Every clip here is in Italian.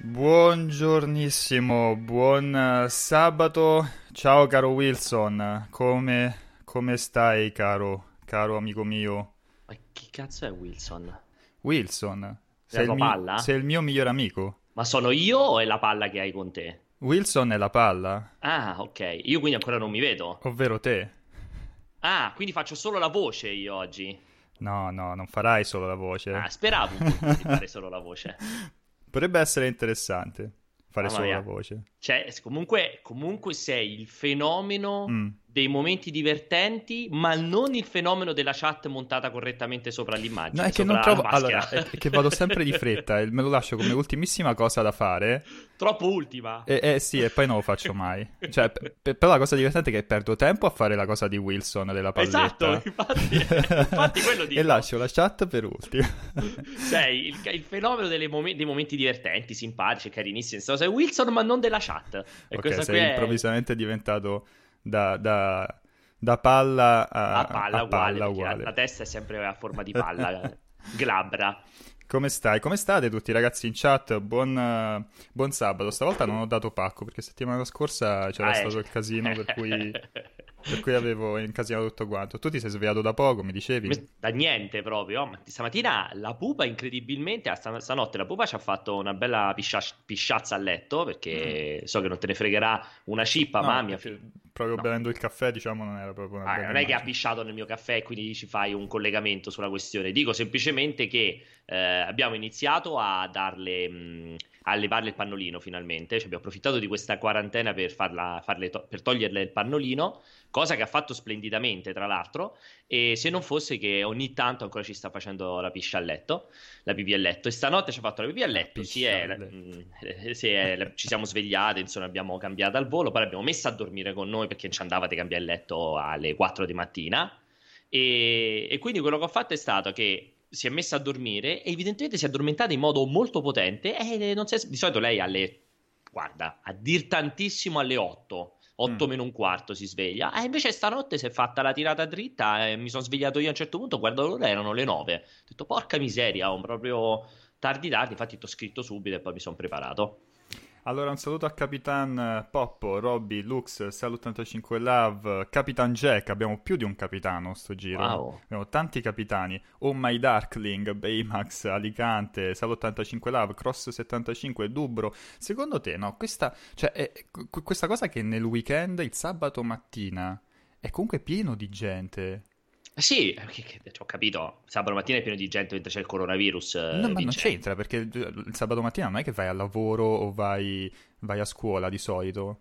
Buongiornissimo, buon sabato. Ciao caro Wilson, come stai caro amico mio? Ma chi cazzo è Wilson? Wilson, È la tua sei palla? il mio migliore amico. Ma sono io o è la palla che hai con te? Wilson è la palla, Ah, ok. Io quindi ancora non mi vedo. ovvero te. Ah, quindi faccio solo la voce io oggi. No, no, non farai solo la voce. Ah, speravo un pochino di fare solo la voce. Potrebbe essere interessante fare Mamma solo la mia. voce. Cioè, comunque sei il fenomeno Mm. dei momenti divertenti, ma non il fenomeno della chat montata correttamente sopra No, è l'immagine, che non sopra la trovo. maschera. Allora, è che vado sempre di fretta e me lo lascio come ultimissima cosa da fare. Troppo ultima. Sì, e poi non lo faccio mai. Cioè, però la cosa divertente è che perdo tempo a fare la cosa di Wilson della Esatto, palletta. infatti quello E dico. lascio la chat per ultima. Sei il fenomeno dei momenti divertenti, simpatici, carinissimi. Sei Wilson, ma non della chat. E Ok, questa qui sei è improvvisamente diventato da, da- da palla a a palla uguale, palla perché la uguale. testa è sempre a forma di palla, glabra. Come stai? Come state tutti ragazzi in chat? Buon sabato. Stavolta non ho dato pacco perché settimana scorsa c'era stato Cioè. il casino per cui avevo incasinato tutto quanto. Tu ti sei svegliato da poco, mi dicevi? Da niente proprio. Ma stamattina la pupa, incredibilmente, stanotte la pupa ci ha fatto una bella pisciazza a letto, Mm. perché so che non te ne fregherà una cippa, ma No, mia perché figlia. proprio bevendo il caffè, diciamo, non era proprio una bella Non è che ha immagine. pisciato nel mio caffè e quindi ci fai un collegamento sulla questione. Dico semplicemente che abbiamo iniziato a levarle il pannolino finalmente. Cioè, abbiamo approfittato di questa quarantena per per toglierle il pannolino, cosa che ha fatto splendidamente, tra l'altro. E se non fosse che ogni tanto ancora ci sta facendo la piscia a letto, la pipì a letto. E stanotte ci ha fatto la pipì a La letto. piscialle. Ci siamo svegliate, insomma, abbiamo cambiato al volo. Poi l'abbiamo messa a dormire con noi perché non ci andava di cambiare il letto alle 4 di mattina. E quindi quello che ho fatto è stato che si è messa a dormire e evidentemente si è addormentata in modo molto potente. E non si è- Di solito lei guarda, a dir tantissimo alle 8. Mm. 8 meno un quarto si sveglia. Invece stanotte si è fatta la tirata dritta e mi sono svegliato io a un certo punto, guardo l'ora, erano le 9. Ho detto, porca miseria, ho proprio tardi tardi, infatti ti ho scritto subito e poi mi sono preparato. Allora, un saluto a Capitan Poppo, Robby, Lux, Sal85 Love, Capitan Jack. Abbiamo più di un capitano sto giro. Wow. Abbiamo tanti capitani. Oh My Darkling, Baymax, Alicante, Sal85 Love, Cross75, Dubro. Secondo te, no? Questa cosa che nel weekend, il sabato mattina, è comunque pieno di gente. Sì, ho capito, sabato mattina è pieno di gente mentre c'è il coronavirus, No, ma non Vincenzo. c'entra perché il sabato mattina non è che vai al lavoro o vai a scuola di solito.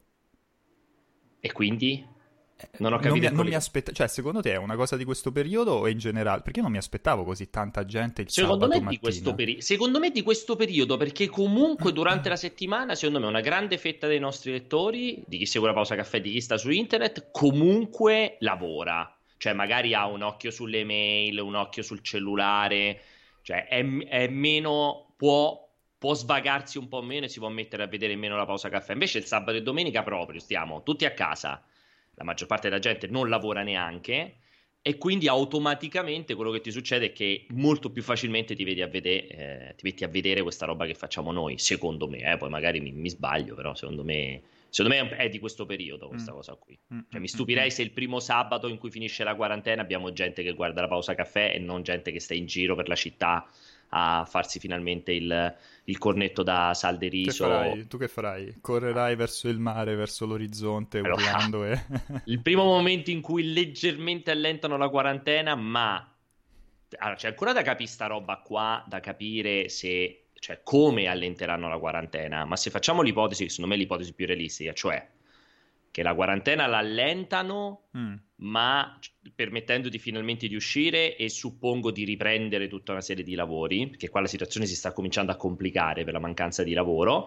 E quindi? Non ho Non capito mi, il non mi collegamento. aspetta, cioè, secondo te è una cosa di questo periodo o in generale? Perché io non mi aspettavo così tanta gente il Secondo sabato me di questo mattina. secondo me di questo periodo, perché comunque durante la settimana, secondo me, una grande fetta dei nostri lettori, di chi segue la pausa caffè, di chi sta su internet, comunque lavora. Cioè, magari ha un occhio sulle mail, un occhio sul cellulare, cioè è meno, può svagarsi un po' meno e si può mettere a vedere meno la pausa caffè. Invece il sabato e domenica proprio stiamo tutti a casa, la maggior parte della gente non lavora neanche. E quindi automaticamente quello che ti succede è che molto più facilmente ti metti a vedere questa roba che facciamo noi, secondo me, poi magari mi sbaglio, però secondo me è di questo periodo Mm, questa cosa qui. mm, Cioè, mm, mi mm, mm. stupirei se il primo sabato in cui finisce la quarantena abbiamo gente che guarda la pausa caffè e non gente che sta in giro per la città a farsi finalmente il cornetto da sal de Che riso. farai? Tu che farai? Correrai verso il mare, verso l'orizzonte, Allora, urlando e... il primo momento in cui leggermente allentano la quarantena, ma allora, c'è ancora da capire sta roba qua, da capire se, cioè, come allenteranno la quarantena. Ma se facciamo l'ipotesi, che secondo me è l'ipotesi più realistica, cioè che la quarantena l'allentano, Mm. ma permettendoti finalmente di uscire e suppongo di riprendere tutta una serie di lavori, perché qua la situazione si sta cominciando a complicare per la mancanza di lavoro.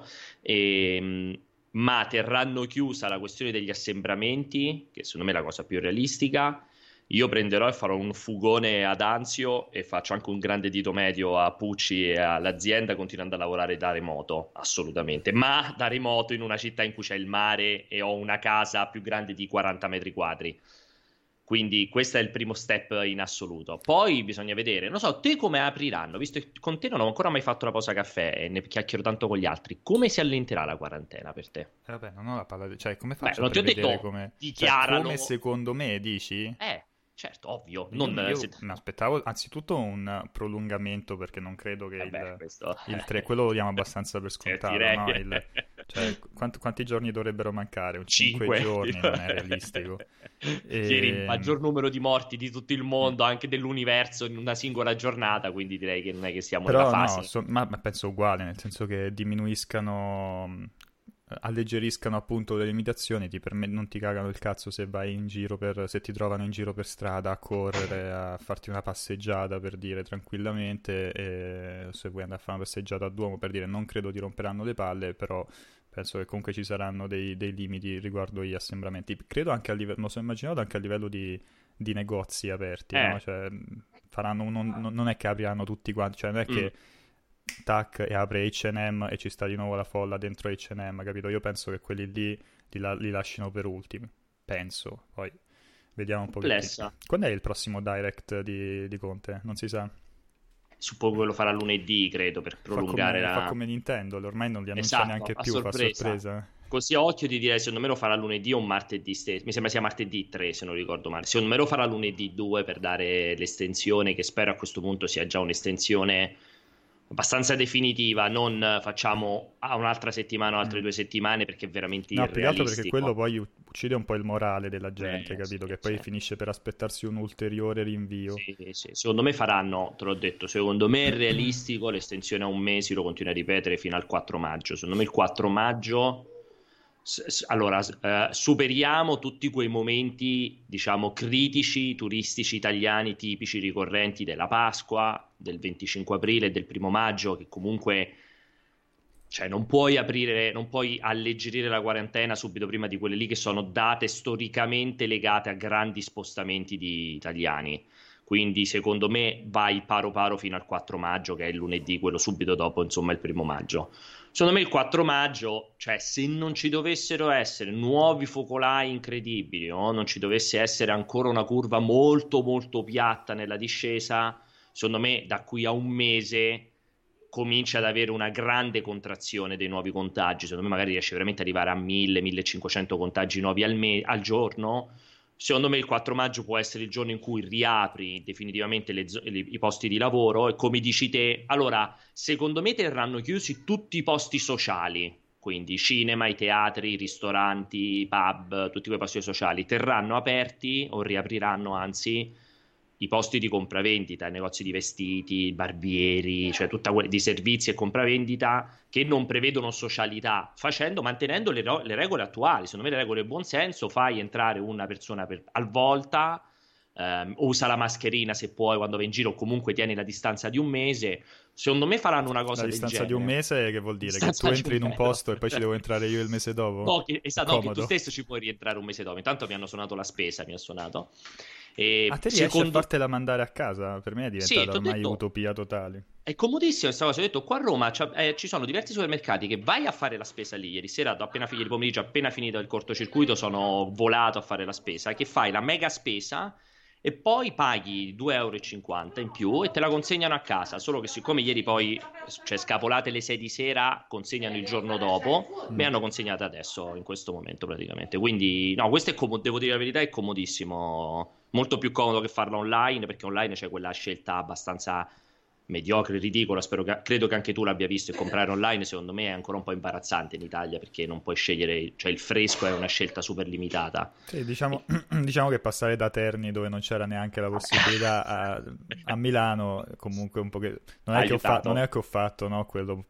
Ma terranno chiusa la questione degli assembramenti, che secondo me è la cosa più realistica. Io prenderò e farò un fugone ad Anzio e faccio anche un grande dito medio a Pucci e all'azienda continuando a lavorare da remoto, assolutamente. Ma da remoto in una città in cui c'è il mare e ho una casa più grande di 40 metri quadri. Quindi questo è il primo step in assoluto. Poi bisogna vedere, non so, te come apriranno, visto che con te non ho ancora mai fatto la pausa caffè e ne chiacchiero tanto con gli altri, come si allenterà la quarantena per te? Vabbè, non ho la palla cioè, come Beh, faccio a non ti ho prevedere detto come... Cioè, dichiaralo. come secondo me, dici? Certo, ovvio. Io mi aspettavo anzitutto un prolungamento perché non credo che questo... il 3, quello lo diamo abbastanza per scontato, direi. no? Cioè, quanti giorni dovrebbero mancare? 5 giorni non è realistico. Ieri il maggior numero di morti di tutto il mondo, anche dell'universo, in una singola giornata, quindi direi che non è che siamo nella fase. No, ma penso uguale, nel senso che diminuiscano, alleggeriscano appunto le limitazioni, non ti cagano il cazzo se vai in giro se ti trovano in giro per strada a correre, a farti una passeggiata per dire tranquillamente, e se vuoi andare a fare una passeggiata a Duomo per dire non credo ti romperanno le palle, però penso che comunque ci saranno dei limiti riguardo gli assembramenti. Credo anche a livello, me lo sono immaginato anche a livello di negozi aperti, no? Cioè, faranno non è che apriranno tutti quanti, cioè non è che tac e apre H&M e ci sta di nuovo la folla dentro H&M, capito? Io penso che quelli lì li lasciano per ultimi, penso, poi vediamo un po'. Quando è il prossimo direct di Conte? Non si sa. Suppongo che lo farà lunedì, credo, per prolungare fa come Nintendo, ormai non li annuncia neanche più, fa sorpresa. Così a occhio ti direi, secondo me lo farà lunedì o martedì stesso, mi sembra sia martedì 3 se non ricordo male, secondo me lo farà lunedì 2 per dare l'estensione, che spero a questo punto sia già un'estensione abbastanza definitiva, non facciamo un'altra settimana o altre 2 settimane, perché è veramente irrealistico. Più che altro perché quello poi uccide un po' il morale della gente, capito? Che poi finisce per aspettarsi un ulteriore rinvio. Sì. Secondo me faranno, te l'ho detto, secondo me è realistico l'estensione a un mese, lo continuo a ripetere, fino al 4 maggio. Secondo me il 4 maggio... Allora, superiamo tutti quei momenti, diciamo, critici, turistici italiani tipici, ricorrenti della Pasqua, del 25 aprile e del 1 maggio, che comunque, cioè, non puoi alleggerire la quarantena subito prima di quelle lì che sono date storicamente legate a grandi spostamenti di italiani. Quindi, secondo me, vai paro paro fino al 4 maggio, che è il lunedì, quello subito dopo, insomma, il 1 maggio. Secondo me il 4 maggio, cioè se non ci dovessero essere nuovi focolai incredibili, no? Non ci dovesse essere ancora una curva molto molto piatta nella discesa, secondo me da qui a un mese comincia ad avere una grande contrazione dei nuovi contagi. Secondo me magari riesce veramente ad arrivare a 1000-1500 contagi nuovi al giorno. Secondo me il 4 maggio può essere il giorno in cui riapri definitivamente i posti di lavoro e, come dici te, allora secondo me terranno chiusi tutti i posti sociali, quindi i cinema, i teatri, i ristoranti, i pub, tutti quei posti sociali terranno aperti o riapriranno anzi i posti di compravendita, i negozi di vestiti, barbieri, cioè di servizi e compravendita che non prevedono socialità, mantenendo le regole attuali. Secondo me le regole del buon senso: fai entrare una persona al volta, usa la mascherina se puoi quando vai in giro, o comunque tieni la distanza di un mese. Secondo me faranno una cosa del genere. La distanza di un mese che vuol dire? Che tu entri in un posto e poi ci devo entrare io il mese dopo? No, esatto, che tu stesso ci puoi rientrare un mese dopo. Intanto mi hanno suonato la spesa, mi ha suonato. A te riesci a fartela mandare a casa? Per me è diventata ormai utopia totale. È comodissimo questa cosa. Ho detto, qua a Roma ci sono diversi supermercati che vai a fare la spesa lì. Ieri sera, ieri pomeriggio, appena finito il cortocircuito, sono volato a fare la spesa. Che fai la mega spesa e poi paghi 2,50 € in più e te la consegnano a casa. Solo che siccome ieri poi, cioè, scapolate le 6 di sera, consegnano il giorno dopo, mi hanno consegnata adesso, in questo momento praticamente. Quindi no, questo è devo dire la verità, è comodissimo. Molto più comodo che farla online, perché online c'è quella scelta abbastanza mediocre, ridicola. Credo che anche tu l'abbia visto, e comprare online secondo me è ancora un po' imbarazzante in Italia, perché non puoi scegliere, cioè il fresco è una scelta super limitata. Sì, diciamo che passare da Terni, dove non c'era neanche la possibilità, a Milano comunque un po' che non è che ho fatto no, quello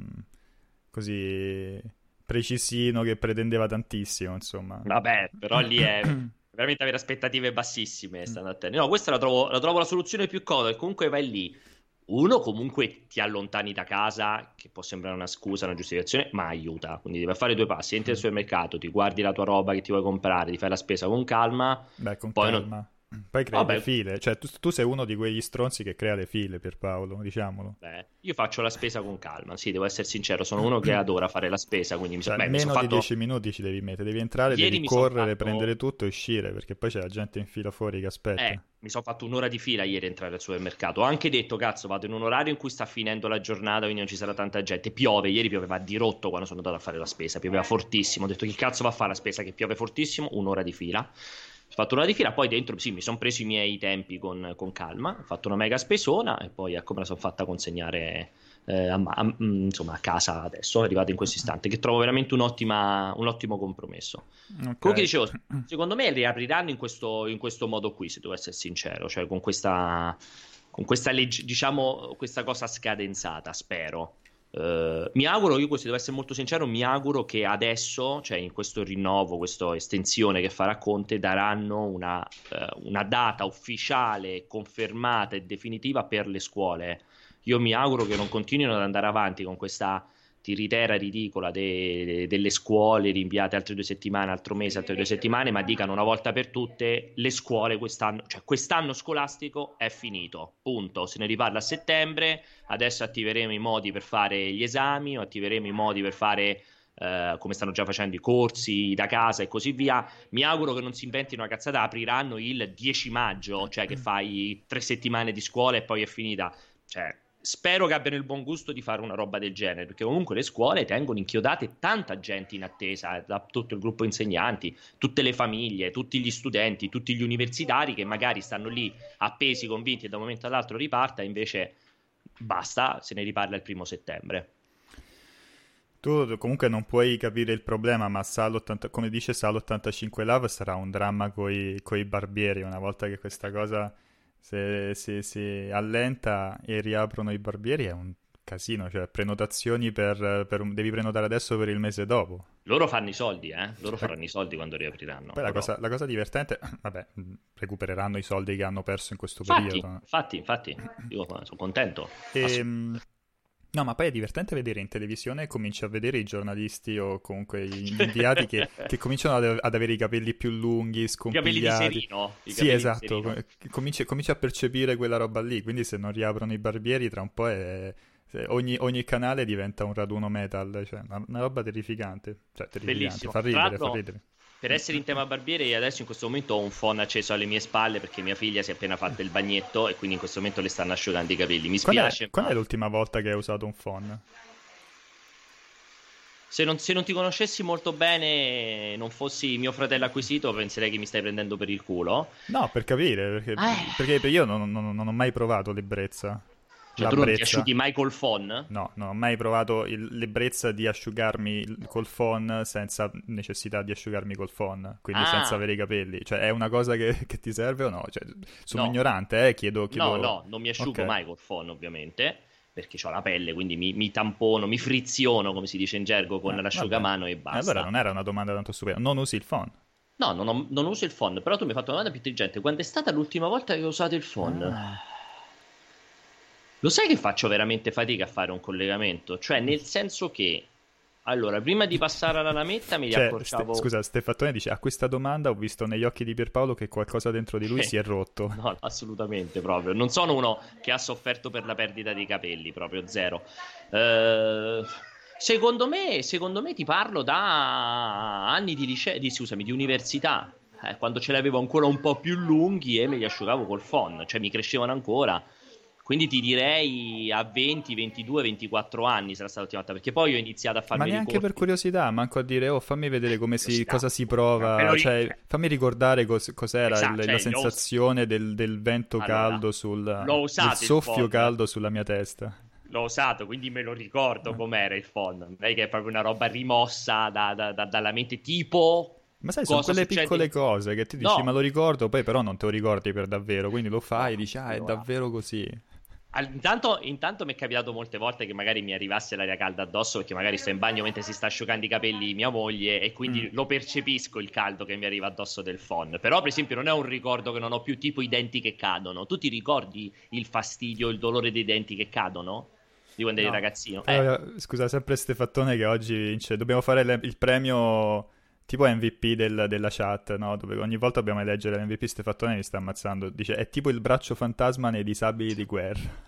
così precisino che pretendeva tantissimo, insomma. Vabbè, però lì è veramente avere aspettative bassissime stando a Terni. No, questa la trovo la soluzione più comoda, e comunque vai lì. Uno, comunque ti allontani da casa, che può sembrare una scusa, una giustificazione, ma aiuta. Quindi devi fare 2 passi: entri al supermercato, ti guardi la tua roba che ti vuoi comprare, ti fai la spesa con calma. Beh, con calma. Poi crei le Vabbè, file, cioè tu sei uno di quegli stronzi che crea le file, Pierpaolo, diciamolo. beh, io faccio la spesa con calma, sì, devo essere sincero, sono uno che adora fare la spesa, quindi Cioè, mi son meno di fatto 10 minuti ci devi mettere, devi entrare, ieri devi mi sono correre, fatto prendere tutto e uscire, perché poi c'è la gente in fila fuori che aspetta. Mi sono fatto un'ora di fila ieri a entrare al supermercato. Ho anche detto, cazzo, vado in un orario in cui sta finendo la giornata, quindi non ci sarà tanta gente. Piove, ieri pioveva a dirotto quando sono andato a fare la spesa, pioveva fortissimo. Ho detto, chi cazzo va a fare la spesa che piove fortissimo? Un'ora di fila. Ho fatto un'ora di fila, poi dentro, sì, mi sono preso i miei tempi con calma, ho fatto una mega spesona e poi ecco me la sono fatta consegnare insomma, a casa adesso, è arrivato in questo istante, che trovo veramente un ottimo compromesso. Comunque Ok. dicevo, secondo me riapriranno in questo modo qui, se devo essere sincero, cioè con questa legge, diciamo, questa cosa scadenzata, spero. Mi auguro, io questo devo essere molto sincero, mi auguro che adesso, cioè in questo rinnovo, questa estensione che farà Conte, daranno una data ufficiale, confermata e definitiva per le scuole. Io mi auguro che non continuino ad andare avanti con questa tiritera ridicola delle scuole rinviate altre 2 settimane, altro mese, altre 2 settimane, ma dicano una volta per tutte le scuole quest'anno, cioè quest'anno scolastico è finito, punto. Se ne riparla a settembre, adesso attiveremo i modi per fare gli esami o attiveremo i modi per fare come stanno già facendo i corsi da casa e così via. Mi auguro che non si inventino una cazzata, apriranno il 10 maggio, cioè che fai 3 settimane di scuola e poi è finita. Cioè, spero che abbiano il buon gusto di fare una roba del genere, perché comunque le scuole tengono inchiodate tanta gente in attesa, da tutto il gruppo insegnanti, tutte le famiglie, tutti gli studenti, tutti gli universitari che magari stanno lì appesi, convinti e da un momento all'altro riparta, invece basta, se ne riparla il 1° settembre. Tu comunque non puoi capire il problema, ma come dice Sal 85 Love sarà un dramma coi barbieri una volta che questa cosa se si allenta e riaprono i barbieri è un casino, cioè prenotazioni devi prenotare adesso per il mese dopo. Loro fanno i soldi, loro La- faranno i soldi quando riapriranno. Poi la Loro... la cosa divertente, vabbè, recupereranno i soldi che hanno perso in questo Infatti, periodo. infatti, io sono contento. No, ma poi è divertente vedere in televisione, cominci a vedere i giornalisti o comunque gli inviati che cominciano ad avere i capelli più lunghi, I capelli di scompigliati. Serino. I Sì, capelli di esatto, Serino. cominci a percepire quella roba lì, quindi se non riaprono i barbieri tra un po' ogni canale diventa un raduno metal, cioè una roba terrificante, cioè terrificante, Bellissimo. fa Tra ridere, fa l'altro, ridere. per essere in tema barbiere, io adesso in questo momento ho un phon acceso alle mie spalle perché mia figlia si è appena fatta il bagnetto e quindi in questo momento le stanno asciugando i capelli. Mi spiace, Quando è ma l'ultima volta che hai usato un phone? se non ti conoscessi molto bene, non fossi mio fratello acquisito, penserei che mi stai prendendo per il culo. No, per capire, perché io non ho mai provato Cioè, tu non ti l'ebbrezza. asciughi mai col phon? No, non ho mai provato l'ebbrezza di asciugarmi col phon senza necessità di asciugarmi col phon, quindi senza Ah, avere i capelli. Cioè, è una cosa che ti serve o no? Cioè, sono no. ignorante, No, chiedo... no, non mi asciugo Ok. mai col phon, ovviamente, perché ho la pelle, quindi mi tampono, mi friziono, come si dice in gergo, con Vabbè. l'asciugamano e Allora basta. non era una domanda tanto stupida. Non usi il phon? No, non uso il phon, però tu mi hai fatto una domanda più intelligente. Quando è stata l'ultima volta che ho usato il phon? Ah. Lo sai che faccio veramente fatica a fare un collegamento? Cioè, nel senso che, allora, prima di passare alla lametta mi Cioè, riaccorciavo... scusa, Stefattone dice, a questa domanda ho visto negli occhi di Pierpaolo che qualcosa dentro di lui si è rotto. No, assolutamente proprio. Non sono uno che ha sofferto per la perdita dei capelli, proprio zero. Eh, secondo me ti parlo da anni di liceo, scusami, di università, quando ce l'avevo ancora un po' più lunghi e me li asciugavo col phon, cioè mi crescevano ancora. Quindi ti direi a 20, 22, 24 anni sarà stata l'ultima volta, perché poi ho iniziato a Ma farmi i neanche per corsi. curiosità, manco a dire, oh, fammi vedere Curiosità. cosa si Ma ve lo prova, cioè, cioè, fammi ricordare cos'era esatto, la cioè, sensazione del vento allora, caldo l'ho del usato il soffio phon. caldo sulla mia testa. L'ho usato, quindi me lo ricordo Eh. com'era il phon. Non è che è proprio una roba rimossa dalla mente, tipo Ma sai, sono cosa quelle piccole succede? cose che ti dici, ma No, lo ricordo, poi però non te lo ricordi per davvero, quindi lo fai e no, dici, ah, è allora. davvero così. Intanto mi è capitato molte volte che magari mi arrivasse l'aria calda addosso perché magari sto in bagno mentre si sta asciugando i capelli mia moglie e Mm. quindi lo percepisco il caldo che mi arriva addosso del phon. Però, per esempio, non è un ricordo che non ho più, tipo i denti che cadono. Tu ti ricordi il fastidio, il dolore dei denti che cadono? Di quando eri No. ragazzino? Però, scusa, sempre Stefattone che oggi vince. Dobbiamo fare il premio tipo MVP della chat, no? Dove ogni volta dobbiamo leggere l'MVP Stefattone mi sta ammazzando. Dice, è tipo il braccio fantasma nei disabili di guerra.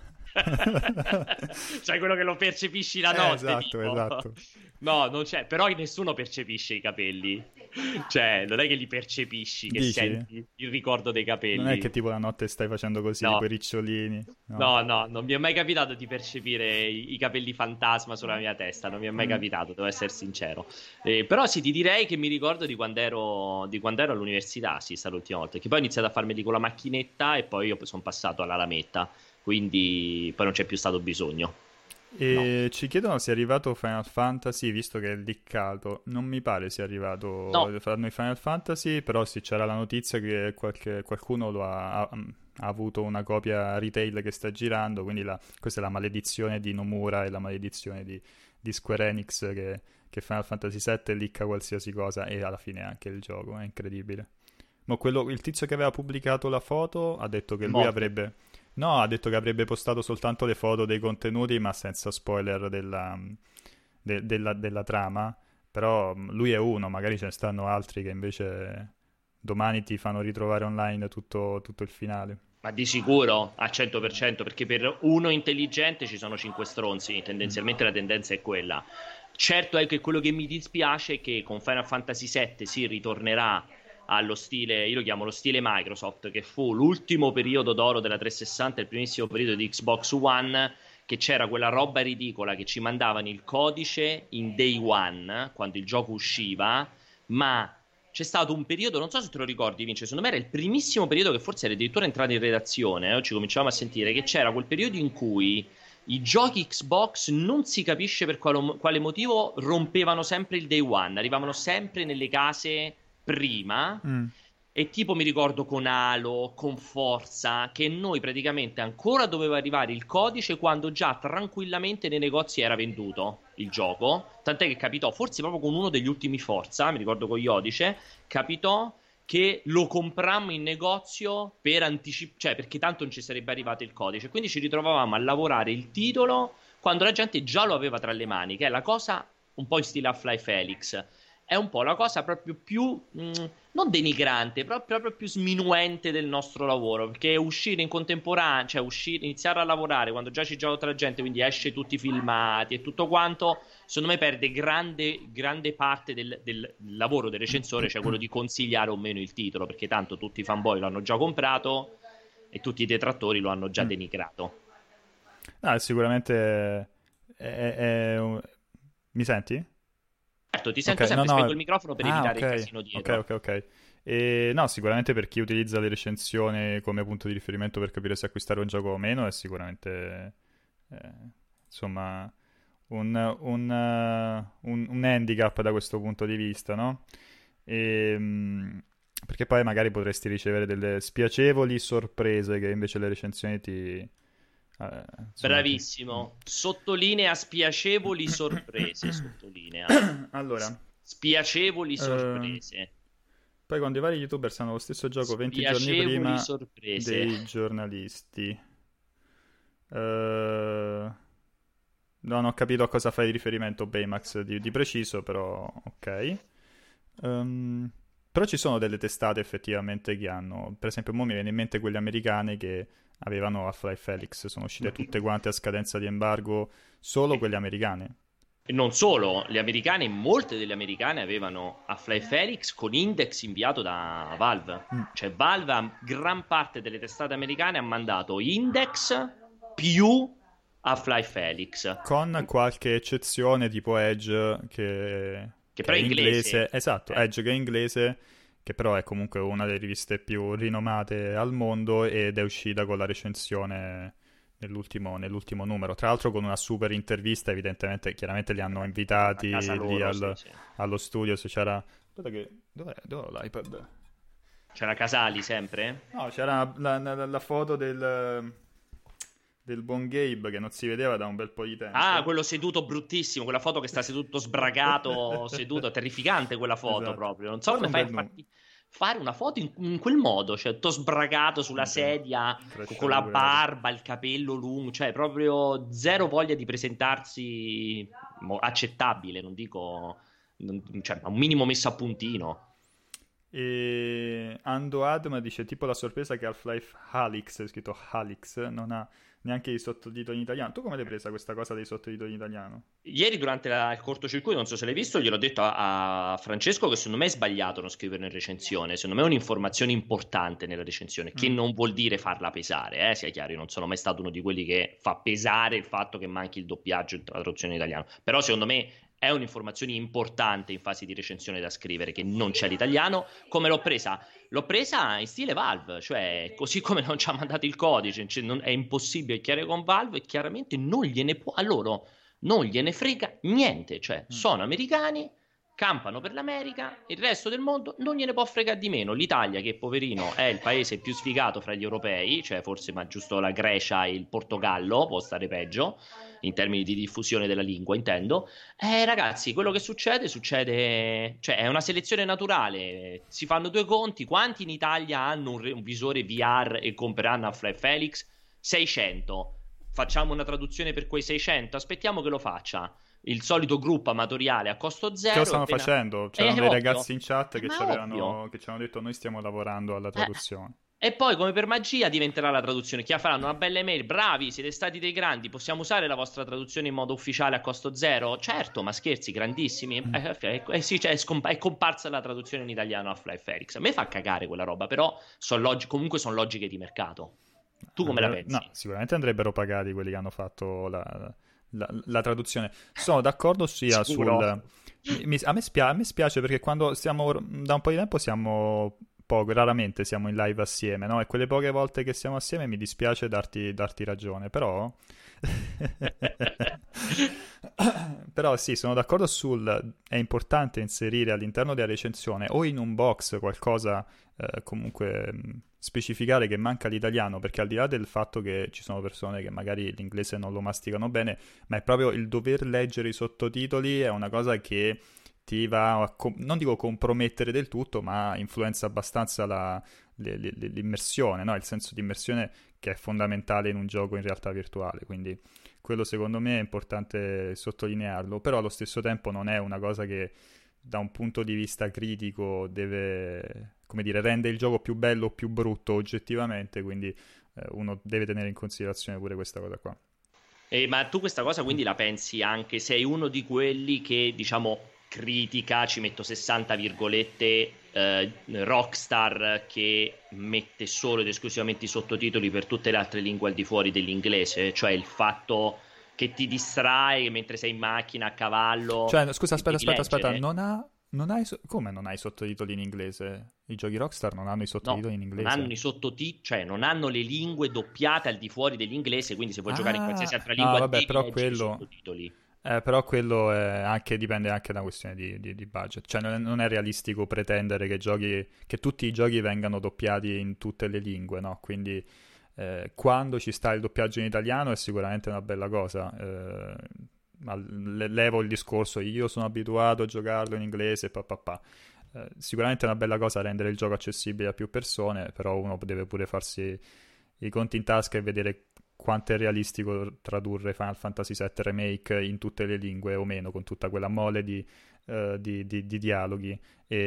Cioè quello che lo percepisci la notte, Esatto, tipo. esatto. No, non c'è, però nessuno percepisce i capelli. Cioè, non è che li percepisci, che Dici? senti il ricordo dei capelli. Non è che tipo la notte stai facendo così, No. quei ricciolini. No, non mi è mai capitato di percepire i capelli fantasma sulla mia testa, non mi è mai capitato, devo essere sincero. Però sì, ti direi che mi ricordo di quando ero all'università, sì, sta l'ultima volta, che poi ho iniziato a farmeli con la macchinetta e poi io sono passato alla lametta, quindi poi non c'è più stato bisogno. E No. ci chiedono se è arrivato Final Fantasy, visto che è liccato. Non mi pare sia arrivato. No, Faranno i Final Fantasy, però sì, c'era la notizia che qualcuno ha avuto una copia retail che sta girando, quindi questa è la maledizione di Nomura e la maledizione di Square Enix che Final Fantasy VII licca qualsiasi cosa e alla fine anche il gioco, è incredibile. Ma il tizio che aveva pubblicato la foto ha detto che lui morto. avrebbe... No, ha detto che avrebbe postato soltanto le foto dei contenuti, ma senza spoiler della trama. Però lui è uno, magari ce ne stanno altri che invece domani ti fanno ritrovare online tutto il finale. Ma di sicuro al 100%, perché per uno intelligente ci sono 5 stronzi, tendenzialmente la tendenza è quella. Certo è che quello che mi dispiace è che con Final Fantasy VII si ritornerà allo stile, io lo chiamo lo stile Microsoft, che fu l'ultimo periodo d'oro della 360, il primissimo periodo di Xbox One, che c'era quella roba ridicola che ci mandavano il codice in day one, quando il gioco usciva, ma c'è stato un periodo, non so se te lo ricordi, Vince, secondo me era il primissimo periodo che forse era addirittura entrato in redazione, oggi cominciavamo a sentire che c'era quel periodo in cui i giochi Xbox non si capisce per quale motivo rompevano sempre il day one, arrivavano sempre nelle case prima. Mm. E tipo mi ricordo con Halo, con Forza, che noi praticamente ancora doveva arrivare il codice quando già tranquillamente nei negozi era venduto il gioco. Tant'è che capitò, forse proprio con uno degli ultimi Forza, mi ricordo con Iodice, capitò che lo comprammo in negozio per cioè perché tanto non ci sarebbe arrivato il codice. Quindi ci ritrovavamo a lavorare il titolo quando la gente già lo aveva tra le mani, che è la cosa un po' in stile Half-Life Felix. È un po' la cosa proprio più non denigrante, proprio più sminuente del nostro lavoro, perché uscire in contemporanea, cioè iniziare a lavorare quando già ci gioca altra gente, quindi esce tutti i filmati e tutto quanto, secondo me perde grande parte del lavoro del recensore, cioè quello di consigliare o meno il titolo, perché tanto tutti i fanboy lo hanno già comprato e tutti i detrattori lo hanno già denigrato. Ah, sicuramente mi senti? Certo, ti sento Ok, no, sempre, no. spengo il microfono per Ah, evitare il ok, casino dietro. ok. E, no, sicuramente per chi utilizza le recensioni come punto di riferimento per capire se acquistare un gioco o meno è sicuramente, eh, insomma, un handicap da questo punto di vista, no? E, perché poi magari potresti ricevere delle spiacevoli sorprese che invece le recensioni insomma, Bravissimo. Sottolinea spiacevoli sorprese. Sottolinea. Allora, Spiacevoli ehm, sorprese. poi quando i vari youtuber sanno lo stesso gioco 20 giorni Spiacevoli prima sorprese. dei giornalisti. Non ho capito a cosa fai riferimento Baymax di preciso, però ok. Ehm, Però ci sono delle testate effettivamente che hanno, per esempio, mo mi viene in mente quelle americane che avevano Half-Life Felix, sono uscite tutte quante a scadenza di embargo, solo quelle americane. E non solo, le americane, molte delle americane avevano Half-Life Felix con index inviato da Valve. Mm. Cioè Valve a gran parte delle testate americane ha mandato index più Half-Life Felix. Con qualche eccezione tipo Edge Che che però è è inglese. inglese, esatto, Edge che è inglese, che però è comunque una delle riviste più rinomate al mondo ed è uscita con la recensione nell'ultimo numero. Tra l'altro con una super intervista, evidentemente, chiaramente li hanno A invitati casa lì loro, sì, sì. allo studio, se c'era... Aspetta che... Dov'è l'iPad? C'era Casali sempre? No, c'era la foto del buon Gabe che non si vedeva da un bel po' di Ah, tempo. quello seduto bruttissimo, quella foto che sta seduto sbragato, seduto, terrificante quella foto Esatto. proprio. Non so Quello è come un fai a bel numero. fare una foto in quel modo, cioè tutto sbragato sulla sedia, con la barba, il capello lungo, cioè proprio zero voglia di presentarsi accettabile, non dico cioè un minimo messo a puntino. E Ando Adma dice tipo la sorpresa che Half-Life Alyx, è scritto Alyx, non ha neanche i sottotitoli in italiano. Tu come l'hai presa questa cosa dei sottotitoli in italiano? Ieri durante il cortocircuito, non so se l'hai visto, gliel'ho detto a Francesco che secondo me è sbagliato non scrivere in recensione. Secondo me è un'informazione importante nella recensione, che non vuol dire farla pesare, sia chiaro. Io non sono mai stato uno di quelli che fa pesare il fatto che manchi il doppiaggio e la traduzione in italiano. Però secondo me è un'informazione importante in fase di recensione da scrivere, che non c'è l'italiano. Come l'ho presa? L'ho presa in stile Valve, cioè così come non ci ha mandato il codice, cioè, è impossibile chiarire con Valve e chiaramente non gliene può, a loro non gliene frega niente, cioè sono americani, campano per l'America, il resto del mondo non gliene può fregare di meno. L'Italia, che poverino è il paese più sfigato fra gli europei, cioè forse ma giusto la Grecia e il Portogallo, può stare peggio in termini di diffusione della lingua, intendo. Ragazzi, quello che succede, cioè è una selezione naturale. Si fanno due conti: quanti in Italia hanno un visore VR e compreranno Half-Life Felix? 600. Facciamo una traduzione per quei 600? Aspettiamo che lo faccia il solito gruppo amatoriale a costo zero. Che lo stanno facendo? C'erano dei ragazzi in chat che ci hanno detto noi stiamo lavorando alla traduzione. E poi, come per magia, diventerà la traduzione. Chi faranno una bella email: bravi, siete stati dei grandi, possiamo usare la vostra traduzione in modo ufficiale a costo zero? Certo, ma scherzi, grandissimi. Sì, cioè, è comparsa la traduzione in italiano a Half-Life Felix. A me fa cagare quella roba, però comunque sono logiche di mercato. Tu come la pensi? No, sicuramente andrebbero pagati quelli che hanno fatto la traduzione. Sono d'accordo sia Sicuro. A me spiace perché quando stiamo da un po' di tempo siamo raramente siamo in live assieme, no? E quelle poche volte che siamo assieme mi dispiace darti ragione, però però sì, sono d'accordo è importante inserire all'interno della recensione o in un box qualcosa, comunque specificare che manca l'italiano, perché al di là del fatto che ci sono persone che magari l'inglese non lo masticano bene, ma è proprio il dover leggere i sottotitoli è una cosa che ti va a non dico compromettere del tutto, ma influenza abbastanza l'immersione, no? Il senso di immersione che è fondamentale in un gioco in realtà virtuale, quindi quello secondo me è importante sottolinearlo, però allo stesso tempo non è una cosa che da un punto di vista critico deve, come dire, rende il gioco più bello o più brutto oggettivamente, quindi uno deve tenere in considerazione pure questa cosa qua. Ma tu questa cosa quindi la pensi anche, sei uno di quelli che, diciamo, critica, ci metto 60 virgolette, Rockstar che mette solo ed esclusivamente i sottotitoli per tutte le altre lingue al di fuori dell'inglese, cioè il fatto che ti distrae mentre sei in macchina, a cavallo. Cioè, scusa, aspetta, come non hai i sottotitoli in inglese? I giochi Rockstar non hanno i sottotitoli in inglese? Non hanno i sottotitoli, cioè non hanno le lingue doppiate al di fuori dell'inglese, quindi se vuoi giocare in qualsiasi altra lingua devi leggere i sottotitoli. Però quello dipende anche da una questione di budget. Cioè non è realistico pretendere che tutti i giochi vengano doppiati in tutte le lingue, no? Quindi quando ci sta il doppiaggio in italiano è sicuramente una bella cosa. Ma levo il discorso, io sono abituato a giocarlo in inglese, sicuramente è una bella cosa rendere il gioco accessibile a più persone, però uno deve pure farsi i conti in tasca e vedere quanto è realistico tradurre Final Fantasy VII Remake in tutte le lingue o meno, con tutta quella mole di dialoghi.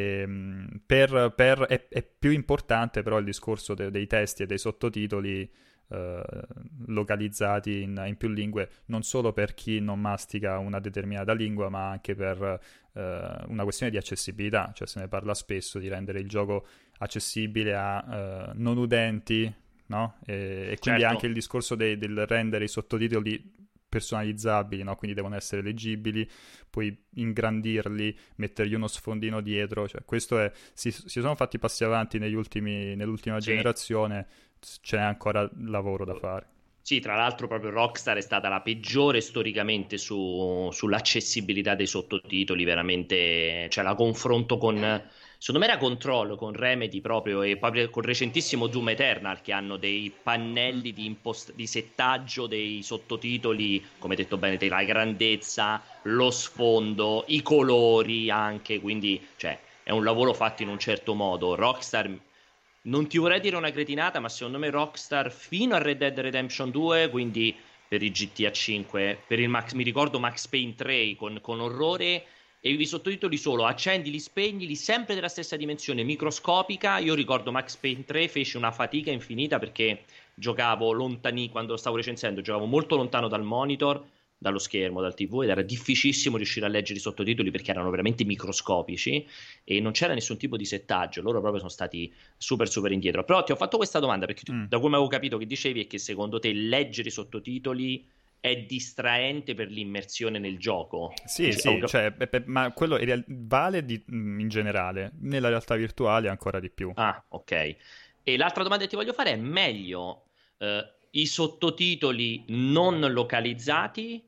È più importante però il discorso dei testi e dei sottotitoli localizzati in più lingue, non solo per chi non mastica una determinata lingua, ma anche per una questione di accessibilità. Cioè se ne parla spesso di rendere il gioco accessibile a non udenti, no? E quindi anche il discorso del rendere i sottotitoli personalizzabili, no? Quindi devono essere leggibili, puoi ingrandirli, mettergli uno sfondino dietro, cioè questo si sono fatti passi avanti nell'ultima generazione, ce n'è ancora lavoro da fare. Sì, tra l'altro proprio Rockstar è stata la peggiore storicamente sull'accessibilità dei sottotitoli, veramente, cioè la confronto secondo me era Control, con Remedy proprio, e proprio col recentissimo Doom Eternal, che hanno dei pannelli di settaggio dei sottotitoli, come detto bene te, la grandezza, lo sfondo, i colori anche, quindi cioè, è un lavoro fatto in un certo modo. Rockstar, non ti vorrei dire una cretinata, ma secondo me Rockstar fino a Red Dead Redemption 2, quindi per il GTA 5, mi ricordo Max Payne 3 con orrore, e i sottotitoli solo accendi, li spegni, li sempre della stessa dimensione, microscopica. Io ricordo Max Payne 3 fece una fatica infinita perché giocavo lontani, quando lo stavo recensendo, giocavo molto lontano dal monitor, dallo schermo, dal TV, ed era difficilissimo riuscire a leggere i sottotitoli perché erano veramente microscopici e non c'era nessun tipo di settaggio. Loro proprio sono stati super super indietro. Però ti ho fatto questa domanda perché da come avevo capito che dicevi è che secondo te leggere i sottotitoli è distraente per l'immersione nel gioco. Sì, sì, cioè, ma quello vale in generale, nella realtà virtuale ancora di più. Ah, ok. E l'altra domanda che ti voglio fare è: meglio i sottotitoli non localizzati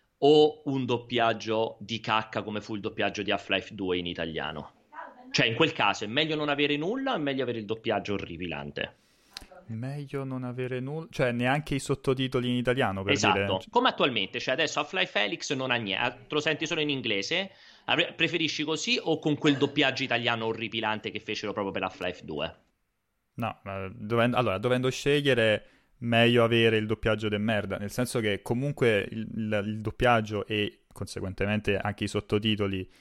o un doppiaggio di cacca come fu il doppiaggio di Half-Life 2 in italiano? Cioè, in quel caso è meglio non avere nulla o è meglio avere il doppiaggio orripilante? Meglio non avere nulla, cioè neanche i sottotitoli in italiano, per dire. Esatto, come attualmente, cioè adesso Half-Life Alyx non ha niente, te lo senti solo in inglese. Preferisci così o con quel doppiaggio italiano orripilante che fecero proprio per Half-Life 2? No, dovendo scegliere, meglio avere il doppiaggio de merda, nel senso che comunque il doppiaggio e conseguentemente anche i sottotitoli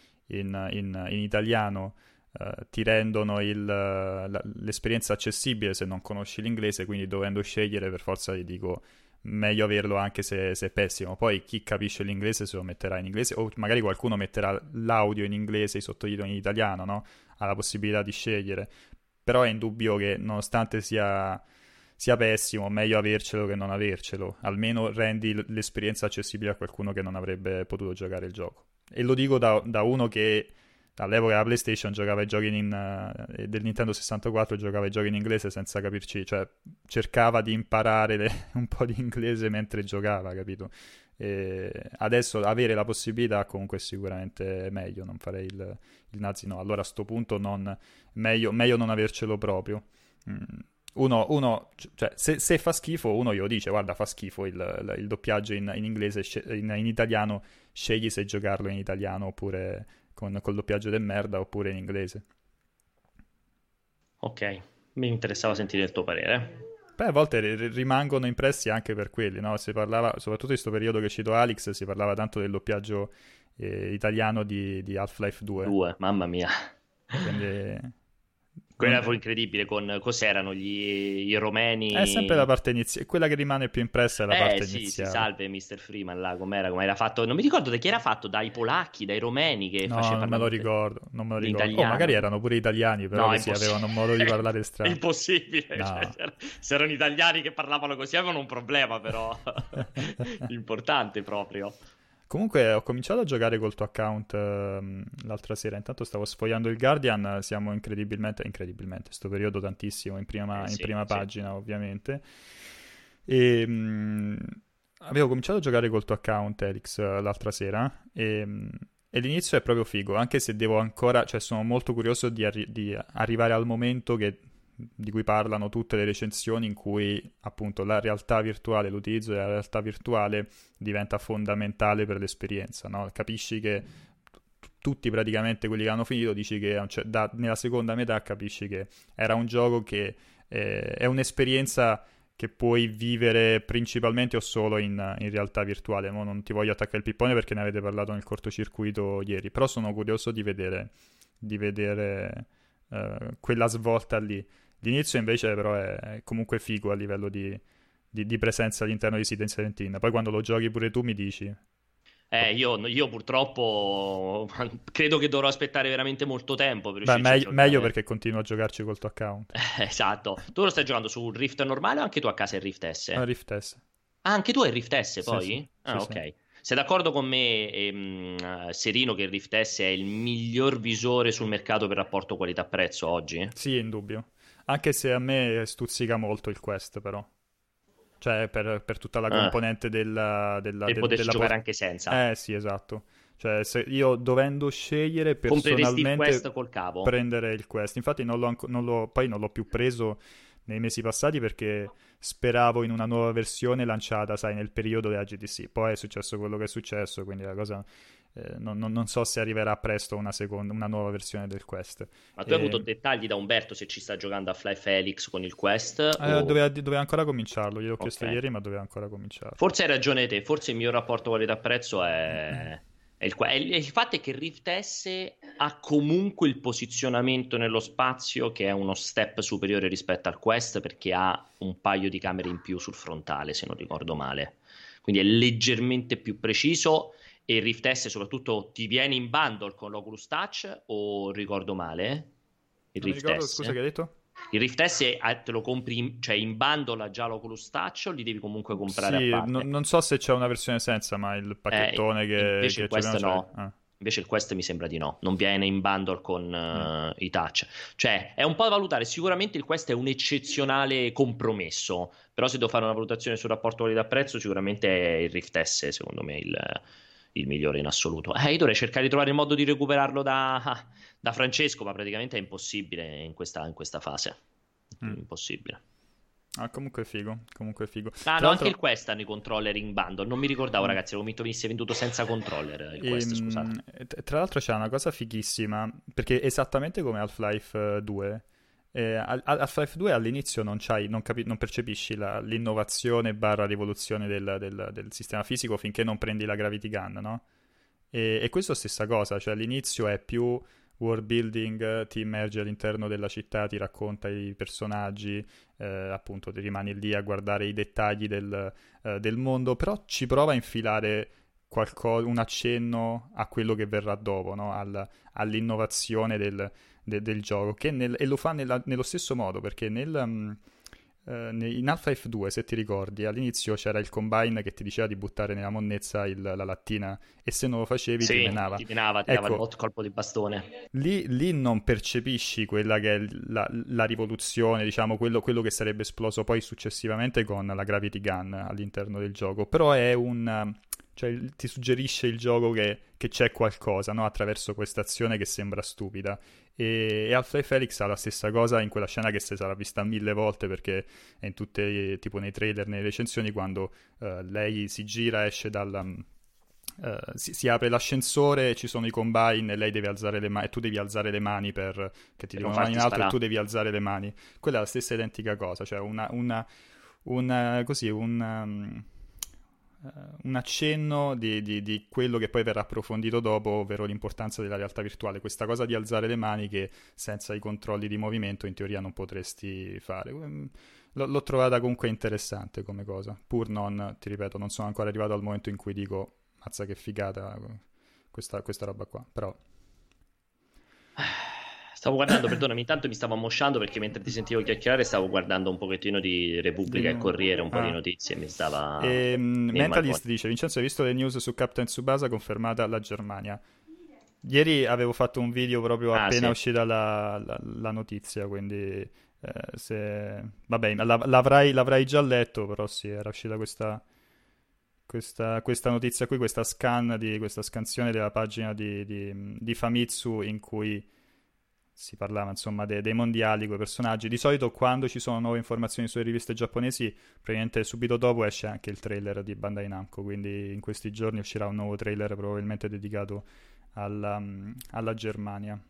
in italiano ti rendono l'esperienza accessibile se non conosci l'inglese, quindi dovendo scegliere per forza ti dico meglio averlo anche se è pessimo. Poi chi capisce l'inglese se lo metterà in inglese, o magari qualcuno metterà l'audio in inglese e i sottotitoli in italiano, no? Ha la possibilità di scegliere. Però è indubbio che nonostante sia pessimo, meglio avercelo che non avercelo. Almeno rendi l'esperienza accessibile a qualcuno che non avrebbe potuto giocare il gioco. E lo dico da uno che all'epoca della PlayStation giocava i giochi del Nintendo 64, giocava i giochi in inglese senza capirci, cioè cercava di imparare un po' di inglese mentre giocava, capito? E adesso avere la possibilità comunque è sicuramente meglio, non farei il nazi, no. Allora a sto punto meglio non avercelo proprio. Uno cioè, se fa schifo, uno glielo dice: guarda, fa schifo il doppiaggio in inglese, in italiano, scegli se giocarlo in italiano oppure col doppiaggio del merda oppure in inglese. Ok, mi interessava sentire il tuo parere. Poi a volte rimangono impressi anche per quelli, no? Si parlava, soprattutto in questo periodo che cito Alex, si parlava tanto del doppiaggio italiano di Half-Life 2. 2, mamma mia. Quindi Quella fu incredibile, cos'erano i romeni? È sempre la parte iniziale, quella che rimane più impressa è la parte sì, iniziale. si salve Mr. Freeman là, com'era fatto, non mi ricordo da chi era fatto, dai polacchi, dai romeni che facevano. Non me lo ricordo. Italiano. Oh, magari erano pure italiani, però che avevano un modo di parlare strano. È impossibile, no. Cioè, se erano italiani che parlavano così avevano un problema, però importante proprio. Comunque ho cominciato a giocare col tuo account l'altra sera, intanto stavo sfogliando il Guardian, siamo incredibilmente, sto periodo tantissimo in prima pagina ovviamente, e avevo cominciato a giocare col tuo account Elix l'altra sera e l'inizio è proprio figo, anche se devo ancora, cioè sono molto curioso di arrivare al momento di cui parlano tutte le recensioni, in cui appunto la realtà virtuale, l'utilizzo della realtà virtuale diventa fondamentale per l'esperienza, no? Capisci che tutti praticamente quelli che hanno finito, dici che nella seconda metà capisci che era un gioco che è un'esperienza che puoi vivere principalmente o solo in realtà virtuale. Mo non ti voglio attaccare il pippone perché ne avete parlato nel cortocircuito ieri, però sono curioso di vedere quella svolta lì. L'inizio invece però è comunque figo a livello di presenza all'interno di Citizen 17. Poi quando lo giochi pure tu mi dici. Io purtroppo credo che dovrò aspettare veramente molto tempo per riuscire a giocare. Meglio perché continuo a giocarci col tuo account. Esatto. Tu lo stai giocando su Rift normale o anche tu a casa è Rift S? Rift S. Ah, anche tu hai Rift S poi? Sì. Ok. Sì. Sei d'accordo con me, Serino, che il Rift S è il miglior visore sul mercato per rapporto qualità-prezzo oggi? Sì, è indubbio. Anche se a me stuzzica molto il Quest, però. Cioè, per tutta la componente della poterci giocare anche senza. Sì, esatto. Cioè, se io dovendo scegliere personalmente compreresti il Quest col cavo? Prendere il Quest. Infatti poi non l'ho più preso nei mesi passati perché speravo in una nuova versione lanciata, sai, nel periodo della GDC. Poi è successo quello che è successo, quindi la cosa non so se arriverà presto una nuova versione del Quest. Ma tu hai avuto dettagli da Umberto se ci sta giocando a Half-Life Alyx con il Quest? Doveva ancora cominciarlo, gliel'ho chiesto ieri, ma doveva ancora cominciarlo. Forse hai ragione te, forse il mio rapporto qualità-prezzo è il fatto è che Rift S ha comunque il posizionamento nello spazio che è uno step superiore rispetto al Quest, perché ha un paio di camere in più sul frontale, se non ricordo male. Quindi è leggermente più preciso, e il Rift S soprattutto ti viene in bundle con l'Oculus Touch, o ricordo male? Il Non mi Rift ricordo, S? scusa, che hai detto? Il Rift S te lo compri, cioè in bundle ha già l'Oculus Touch, o li devi comunque comprare a Sì, parte? non so se c'è una versione senza, ma il pacchettone Invece che il ci abbiamo Quest c'è. no. Invece il Quest mi sembra di no, non viene in bundle con Mm. i touch. Cioè, è un po' da valutare. Sicuramente il Quest è un eccezionale compromesso, però se devo fare una valutazione sul rapporto qualità-prezzo, sicuramente è il Rift S, secondo me, il migliore in assoluto. Io dovrei cercare di trovare il modo di recuperarlo da Francesco, ma praticamente è impossibile in questa fase. Mm. Impossibile. Ah, comunque è figo, comunque è figo. Ah, Tra no, anche il l'altro, Quest hanno i controller in bundle. Non mi ricordavo, mm, ragazzi, ero convinto venisse venduto senza controller il Quest, scusate. tra l'altro c'è una cosa fighissima, perché esattamente come Half-Life 2, Half-Life 2 all'inizio non percepisci l'innovazione barra rivoluzione del sistema fisico finché non prendi la Gravity Gun, no? E questo è la stessa cosa, cioè all'inizio è più world building, ti immergi all'interno della città, ti racconta i personaggi, appunto ti rimani lì a guardare i dettagli del mondo, però ci prova a infilare un accenno a quello che verrà dopo, no? All'innovazione del gioco, e lo fa nello stesso modo, perché in Half-Life 2, se ti ricordi, all'inizio c'era il combine che ti diceva di buttare nella monnezza la lattina, e se non lo facevi ti Sì, menava. ti dava il Ecco, bot colpo di bastone. lì non percepisci quella che è la rivoluzione, diciamo, quello che sarebbe esploso poi successivamente con la Gravity Gun all'interno del gioco, però cioè, ti suggerisce il gioco che c'è qualcosa, no? Attraverso questa azione che sembra stupida. E Half-Life Felix ha la stessa cosa in quella scena che si sarà vista 1000 volte, perché è in tutte, tipo nei trailer, nelle recensioni, quando lei si gira, esce si apre l'ascensore, ci sono i combine e lei deve alzare le mani, e tu devi alzare le mani che ti Per non dicono mani farti in alto, e tu sparare. devi alzare le mani. Quella è la stessa identica cosa, cioè così, un accenno di quello che poi verrà approfondito dopo, ovvero l'importanza della realtà virtuale. Questa cosa di alzare le mani che senza i controlli di movimento in teoria non potresti fare. L'ho trovata comunque interessante come cosa, pur non, ti ripeto, non sono ancora arrivato al momento in cui dico mazza che figata questa roba qua, però Stavo guardando, perdonami, intanto mi stavo ammosciando perché mentre ti sentivo chiacchierare stavo guardando un pochettino di Repubblica e Corriere, un po' di ah. notizie e mi stava... E, venire il malconcio. Mentalist dice: Vincenzo, hai visto le news su Captain Tsubasa confermata la Germania? Ieri avevo fatto un video proprio Ah, appena sì. uscita la notizia, quindi vabbè, l'avrai già letto, però sì, era uscita questa notizia qui, questa scansione della pagina di Famitsu, in cui si parlava insomma dei mondiali, quei personaggi. Di solito quando ci sono nuove informazioni sulle riviste giapponesi, praticamente subito dopo esce anche il trailer di Bandai Namco, quindi in questi giorni uscirà un nuovo trailer probabilmente dedicato alla Germania.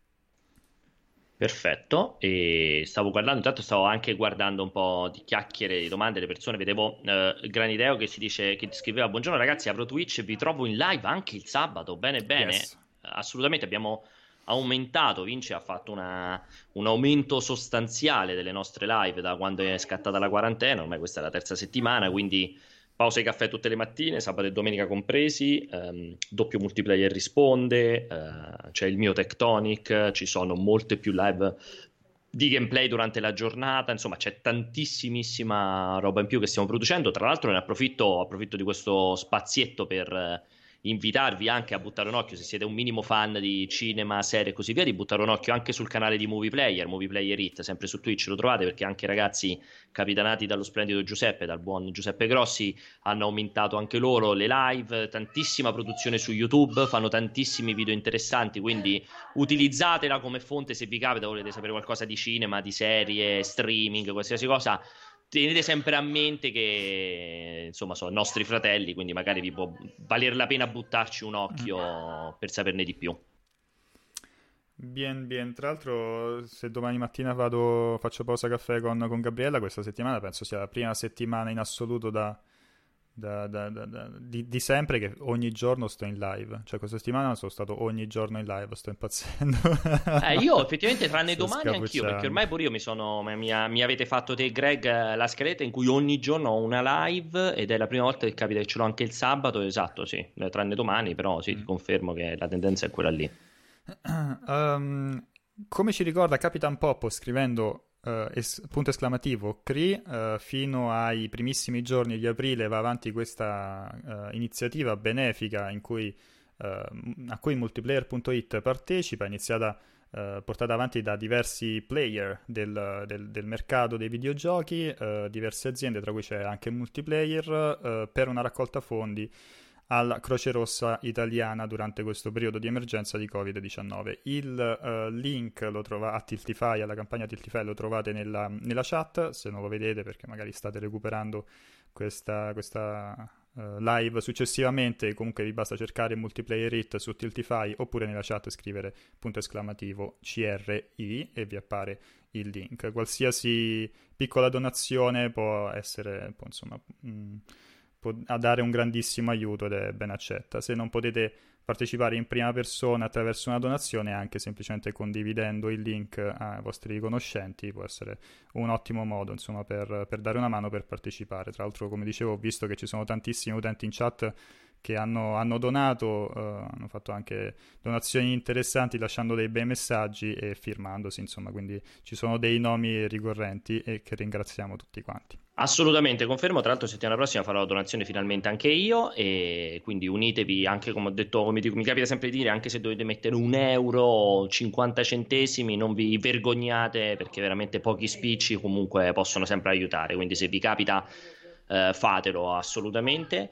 Perfetto, e stavo guardando, intanto stavo anche guardando un po' di chiacchiere, di domande delle persone, vedevo Granideo che si dice, che scriveva: buongiorno ragazzi, apro Twitch, vi trovo in live anche il sabato, bene bene. Yes. Assolutamente abbiamo aumentato, Vince ha fatto un aumento sostanziale delle nostre live da quando è scattata la quarantena, ormai questa è la terza settimana, quindi pausa di caffè tutte le mattine, sabato e domenica compresi, doppio multiplayer risponde, c'è il mio Tectonic, ci sono molte più live di gameplay durante la giornata, insomma c'è tantissimissima roba in più che stiamo producendo. Tra l'altro ne approfitto di questo spazietto per invitarvi anche a buttare un occhio, se siete un minimo fan di cinema, serie e così via, di buttare un occhio anche sul canale di Movie Player It, sempre su Twitch lo trovate, perché anche i ragazzi capitanati dallo splendido Giuseppe, dal buon Giuseppe Grossi, hanno aumentato anche loro le live, tantissima produzione su YouTube, fanno tantissimi video interessanti, quindi utilizzatela come fonte se vi capita, volete sapere qualcosa di cinema, di serie, streaming, qualsiasi cosa. Tenete sempre a mente che insomma sono nostri fratelli, quindi magari vi può valer la pena buttarci un Mm. occhio per saperne di più. Bien, bien. Tra l'altro, se domani mattina faccio pausa caffè con Gabriella, questa settimana penso sia la prima settimana in assoluto da di sempre, che ogni giorno sto in live. Cioè questa settimana sono stato ogni giorno in live, sto impazzendo. Io effettivamente tranne Sto domani anch'io, perché scappucciando. ormai pure io mi avete fatto te, Greg, la scaletta in cui ogni giorno ho una live ed è la prima volta che capita che ce l'ho anche il sabato, esatto, sì, tranne domani, però sì, ti Mm. confermo che la tendenza è quella lì. Um, come ci ricorda Capitan Poppo scrivendo punto esclamativo CRI, fino ai primissimi giorni di aprile va avanti questa iniziativa benefica a cui multiplayer.it partecipa, iniziata portata avanti da diversi player del mercato dei videogiochi, diverse aziende, tra cui c'è anche Multiplayer, per una raccolta fondi alla Croce Rossa italiana durante questo periodo di emergenza di Covid-19. Il link a Tiltify, alla campagna Tiltify, lo trovate nella chat, se non lo vedete perché magari state recuperando questa live successivamente. Comunque vi basta cercare Multiplayer It su Tiltify oppure nella chat scrivere punto esclamativo CRI e vi appare il link. Qualsiasi piccola donazione può essere, insomma, può dare un grandissimo aiuto ed è ben accetta. Se non potete partecipare in prima persona attraverso una donazione, anche semplicemente condividendo il link ai vostri conoscenti, può essere un ottimo modo, insomma, per dare una mano, per partecipare. Tra l'altro, come dicevo, ho visto che ci sono tantissimi utenti in chat che hanno donato, hanno fatto anche donazioni interessanti lasciando dei bei messaggi e firmandosi, insomma, quindi ci sono dei nomi ricorrenti e che ringraziamo tutti quanti. Assolutamente, confermo. Tra l'altro, settimana prossima farò la donazione finalmente anche io. E quindi unitevi anche, come ho detto, mi capita sempre di dire, anche se dovete mettere 1 euro, 50 centesimi, non vi vergognate perché veramente pochi spicci comunque possono sempre aiutare. Quindi, se vi capita, fatelo assolutamente.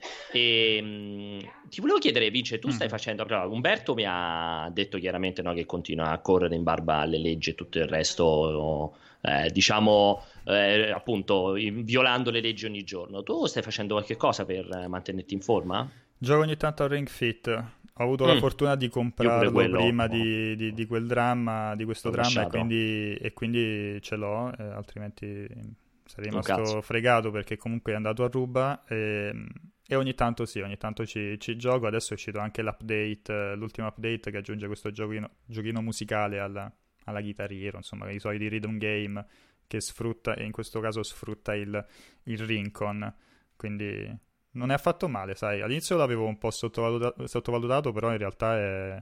Ti volevo chiedere, Vince, tu stai Mhm. facendo. Allora, Umberto mi ha detto chiaramente, no, che continua a correre in barba alle leggi e tutto il resto, diciamo, appunto, violando le leggi ogni giorno. Tu stai facendo qualche cosa per mantenerti in forma? Gioco ogni tanto a Ring Fit. Ho avuto la Mm, fortuna di io pure comprarlo quello prima di quel dramma, di questo l'ho dramma, e lasciato. quindi ce l'ho, altrimenti sarei Un cazzo. rimasto fregato perché comunque è andato a ruba. E ogni tanto sì, ogni tanto ci gioco. Adesso è uscito anche l'update, l'ultimo update che aggiunge questo giochino musicale alla Guitar Hero, insomma, i soliti rhythm game che sfrutta, e in questo caso sfrutta il Rincon. Quindi non è affatto male, sai. All'inizio l'avevo un po' sottovalutato, però in realtà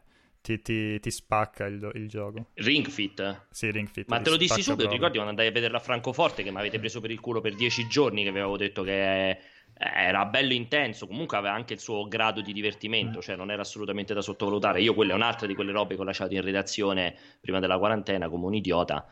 ti spacca il gioco. Ring Fit. Sì, Ring Fit Ma ti te lo dissi spacca subito, ti proprio. ricordi quando andai a vederla a Francoforte che mi avete preso per il culo per 10 giorni, che vi avevo detto che era bello intenso, comunque aveva anche il suo grado di divertimento, cioè non era assolutamente da sottovalutare. Io quella è un'altra di quelle robe che ho lasciato in redazione prima della quarantena come un idiota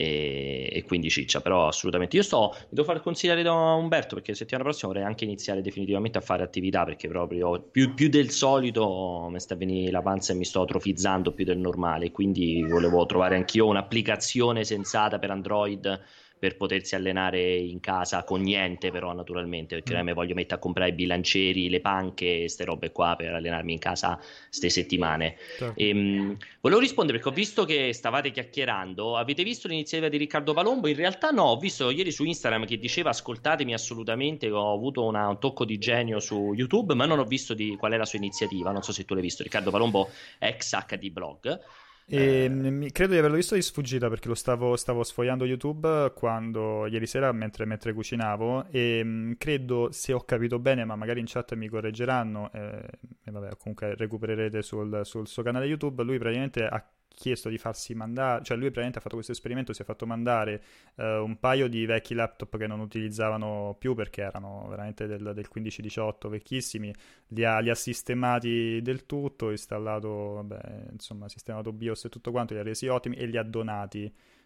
e quindi ciccia, però assolutamente. Mi devo far consigliare da Umberto perché settimana prossima vorrei anche iniziare definitivamente a fare attività perché proprio più del solito mi sta a venire la panza e mi sto atrofizzando più del normale, quindi volevo trovare anch'io un'applicazione sensata per Android per potersi allenare in casa con niente, però naturalmente, perché Mm, non mi voglio mettere a comprare i bilancieri, le panche, queste robe qua per allenarmi in casa ste settimane. certo. Volevo rispondere perché ho visto che stavate chiacchierando. Avete visto l'iniziativa di Riccardo Palombo? In realtà no, ho visto ieri su Instagram che diceva ascoltatemi assolutamente, ho avuto un tocco di genio su YouTube, ma non ho visto qual è la sua iniziativa. Non so se tu l'hai visto, Riccardo Palombo, ex HD Blog. E credo di averlo visto di sfuggita perché lo stavo sfogliando YouTube quando ieri sera mentre cucinavo e credo, se ho capito bene, ma magari in chat mi correggeranno, e vabbè, comunque recupererete sul suo canale YouTube. Lui praticamente ha chiesto di farsi mandare, cioè lui praticamente ha fatto questo esperimento, si è fatto mandare un paio di vecchi laptop che non utilizzavano più perché erano veramente del 15-18, vecchissimi. Li ha sistemati del tutto, installato, vabbè, insomma, sistemato BIOS e tutto quanto, li ha resi ottimi e li ha donati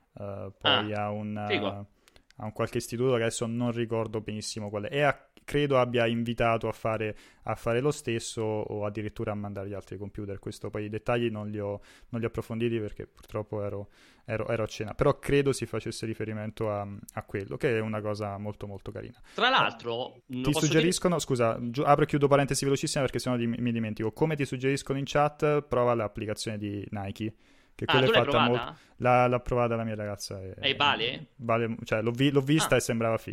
poi Ah, figo. a un qualche istituto che adesso non ricordo benissimo qual è. E credo abbia invitato a fare lo stesso o addirittura a mandare gli altri computer. Questo poi i dettagli non li ho approfonditi perché purtroppo ero a cena. Però credo si facesse riferimento a quello, che è una cosa molto molto carina. Tra l'altro, lo Ti posso dire. suggeriscono, scusa, apro e chiudo parentesi velocissima perché sennò mi dimentico. Come ti suggeriscono in chat, prova l'applicazione di Nike, che Ah, quella è tu l'hai fatta molto. provata? L'ha provata la mia ragazza E vale? cioè, l'ho vista Ah. e sembrava figa.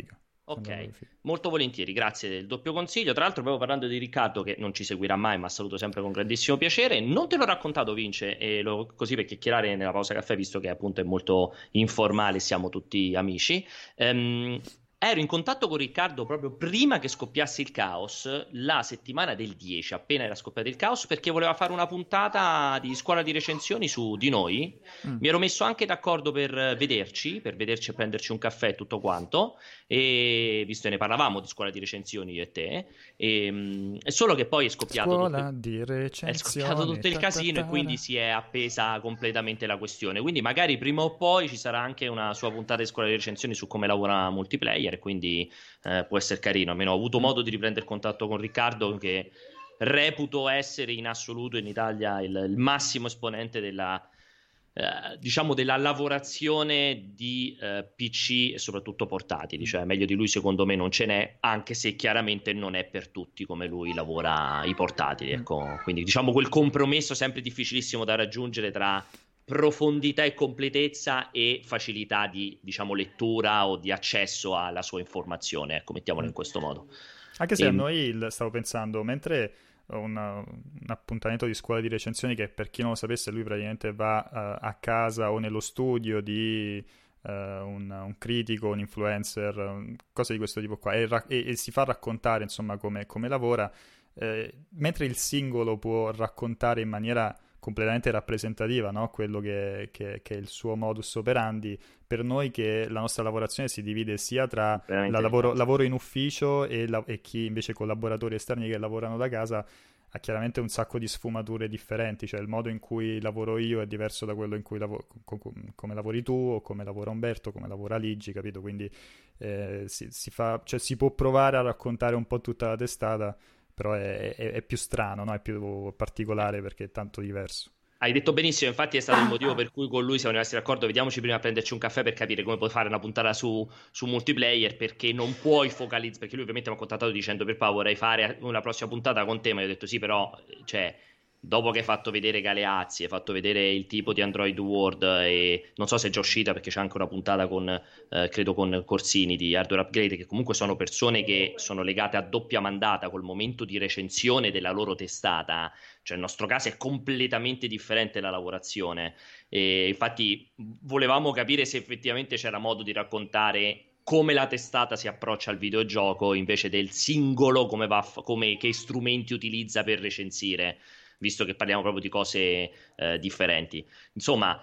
Ok, molto volentieri, grazie del doppio consiglio. Tra l'altro, proprio parlando di Riccardo, che non ci seguirà mai, ma saluto sempre con grandissimo piacere. Non te l'ho raccontato, Vince, così per chiacchierare nella pausa caffè, visto che appunto è molto informale, siamo tutti amici. Ehm, Ero in contatto con Riccardo proprio prima che scoppiasse il caos, la settimana del 10, appena era scoppiato il caos, perché voleva fare una puntata di scuola di recensioni su di noi. Mm. Mi ero messo anche d'accordo per vederci e prenderci un caffè e tutto quanto e visto che ne parlavamo di scuola di recensioni io e te, è solo che poi Scuola di è scoppiato recensioni. tutto il casino e quindi si è appesa completamente la questione. Quindi magari prima o poi ci sarà anche una sua puntata di scuola di recensioni su come lavora multiplayer e quindi può essere carino. Almeno ho avuto modo di riprendere contatto con Riccardo, che reputo essere in assoluto in Italia il massimo esponente diciamo della lavorazione di PC e soprattutto portatili, cioè meglio di lui secondo me non ce n'è, anche se chiaramente non è per tutti come lui lavora i portatili, ecco. Quindi diciamo quel compromesso sempre difficilissimo da raggiungere tra profondità e completezza e facilità di, diciamo, lettura o di accesso alla sua informazione, ecco, mettiamolo in questo modo. Anche se a noi, stavo pensando, mentre un appuntamento di scuola di recensioni che per chi non lo sapesse lui praticamente va a casa o nello studio di un critico, un influencer, cose di questo tipo qua e si fa raccontare insomma come lavora, mentre il singolo può raccontare in maniera completamente rappresentativa, no? Quello che è il suo modus operandi. Per noi che la nostra lavorazione si divide sia tra lavoro in ufficio e chi invece collaboratori esterni che lavorano da casa, ha chiaramente un sacco di sfumature differenti, cioè il modo in cui lavoro io è diverso da quello in cui come lavori tu o come lavora Umberto, come lavora Ligi, capito? Quindi si può provare a raccontare un po' tutta la testata, però è più strano, no? È più particolare perché è tanto diverso. Hai detto benissimo, infatti è stato il motivo per cui con lui siamo rimasti d'accordo. Vediamoci prima a prenderci un caffè per capire come puoi fare una puntata su multiplayer, perché non puoi focalizzare, perché lui ovviamente mi ha contattato dicendo per Paolo vorrei fare una prossima puntata con te, ma io ho detto sì, però cioè dopo che hai fatto vedere Galeazzi, hai fatto vedere il tipo di Android World e non so se è già uscita perché c'è anche una puntata con credo con Corsini di Hardware Upgrade, che comunque sono persone che sono legate a doppia mandata col momento di recensione della loro testata. Cioè il nostro caso è completamente differente la lavorazione e infatti volevamo capire se effettivamente c'era modo di raccontare come la testata si approccia al videogioco invece del singolo, che strumenti utilizza per recensire, visto che parliamo proprio di cose differenti. Insomma,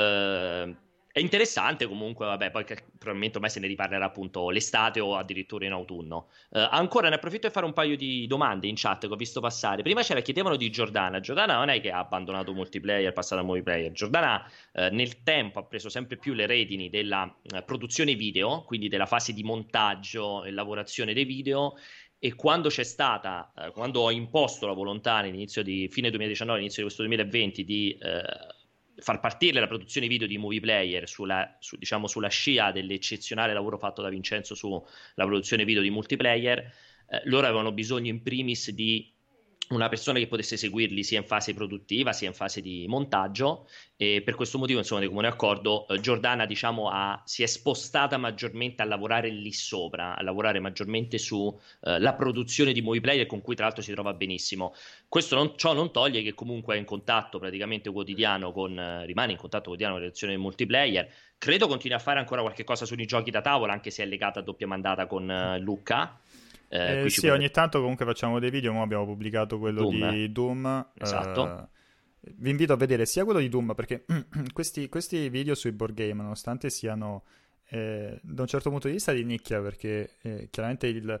è interessante comunque, vabbè, poi probabilmente ormai se ne riparlerà appunto l'estate o addirittura in autunno. Ancora ne approfitto per fare un paio di domande in chat che ho visto passare. Prima ce la chiedevano di Giordana. Giordana non è che ha abbandonato multiplayer, è passata al multiplayer. Giordana nel tempo ha preso sempre più le redini della produzione video, quindi della fase di montaggio e lavorazione dei video. E quando c'è stata, quando ho imposto la volontà all'inizio di fine 2019, inizio di questo 2020 di far partire la produzione video di Movie Player diciamo, sulla scia dell'eccezionale lavoro fatto da Vincenzo sulla produzione video di multiplayer, loro avevano bisogno in primis di una persona che potesse seguirli sia in fase produttiva sia in fase di montaggio e per questo motivo insomma di comune accordo Giordana diciamo si è spostata maggiormente a lavorare lì sopra, a lavorare maggiormente su la produzione di Movie Player con cui tra l'altro si trova benissimo. Ciò non toglie che comunque è in contatto praticamente quotidiano rimane in contatto quotidiano con le lezioni del multiplayer. Credo continui a fare ancora qualche cosa sui giochi da tavola anche se è legata a doppia mandata con Luca. Sì, ogni tanto comunque facciamo dei video, ora abbiamo pubblicato quello di Doom. Esatto. Vi invito a vedere sia quello di Doom, perché questi video sui board game, nonostante siano da un certo punto di vista di nicchia, perché chiaramente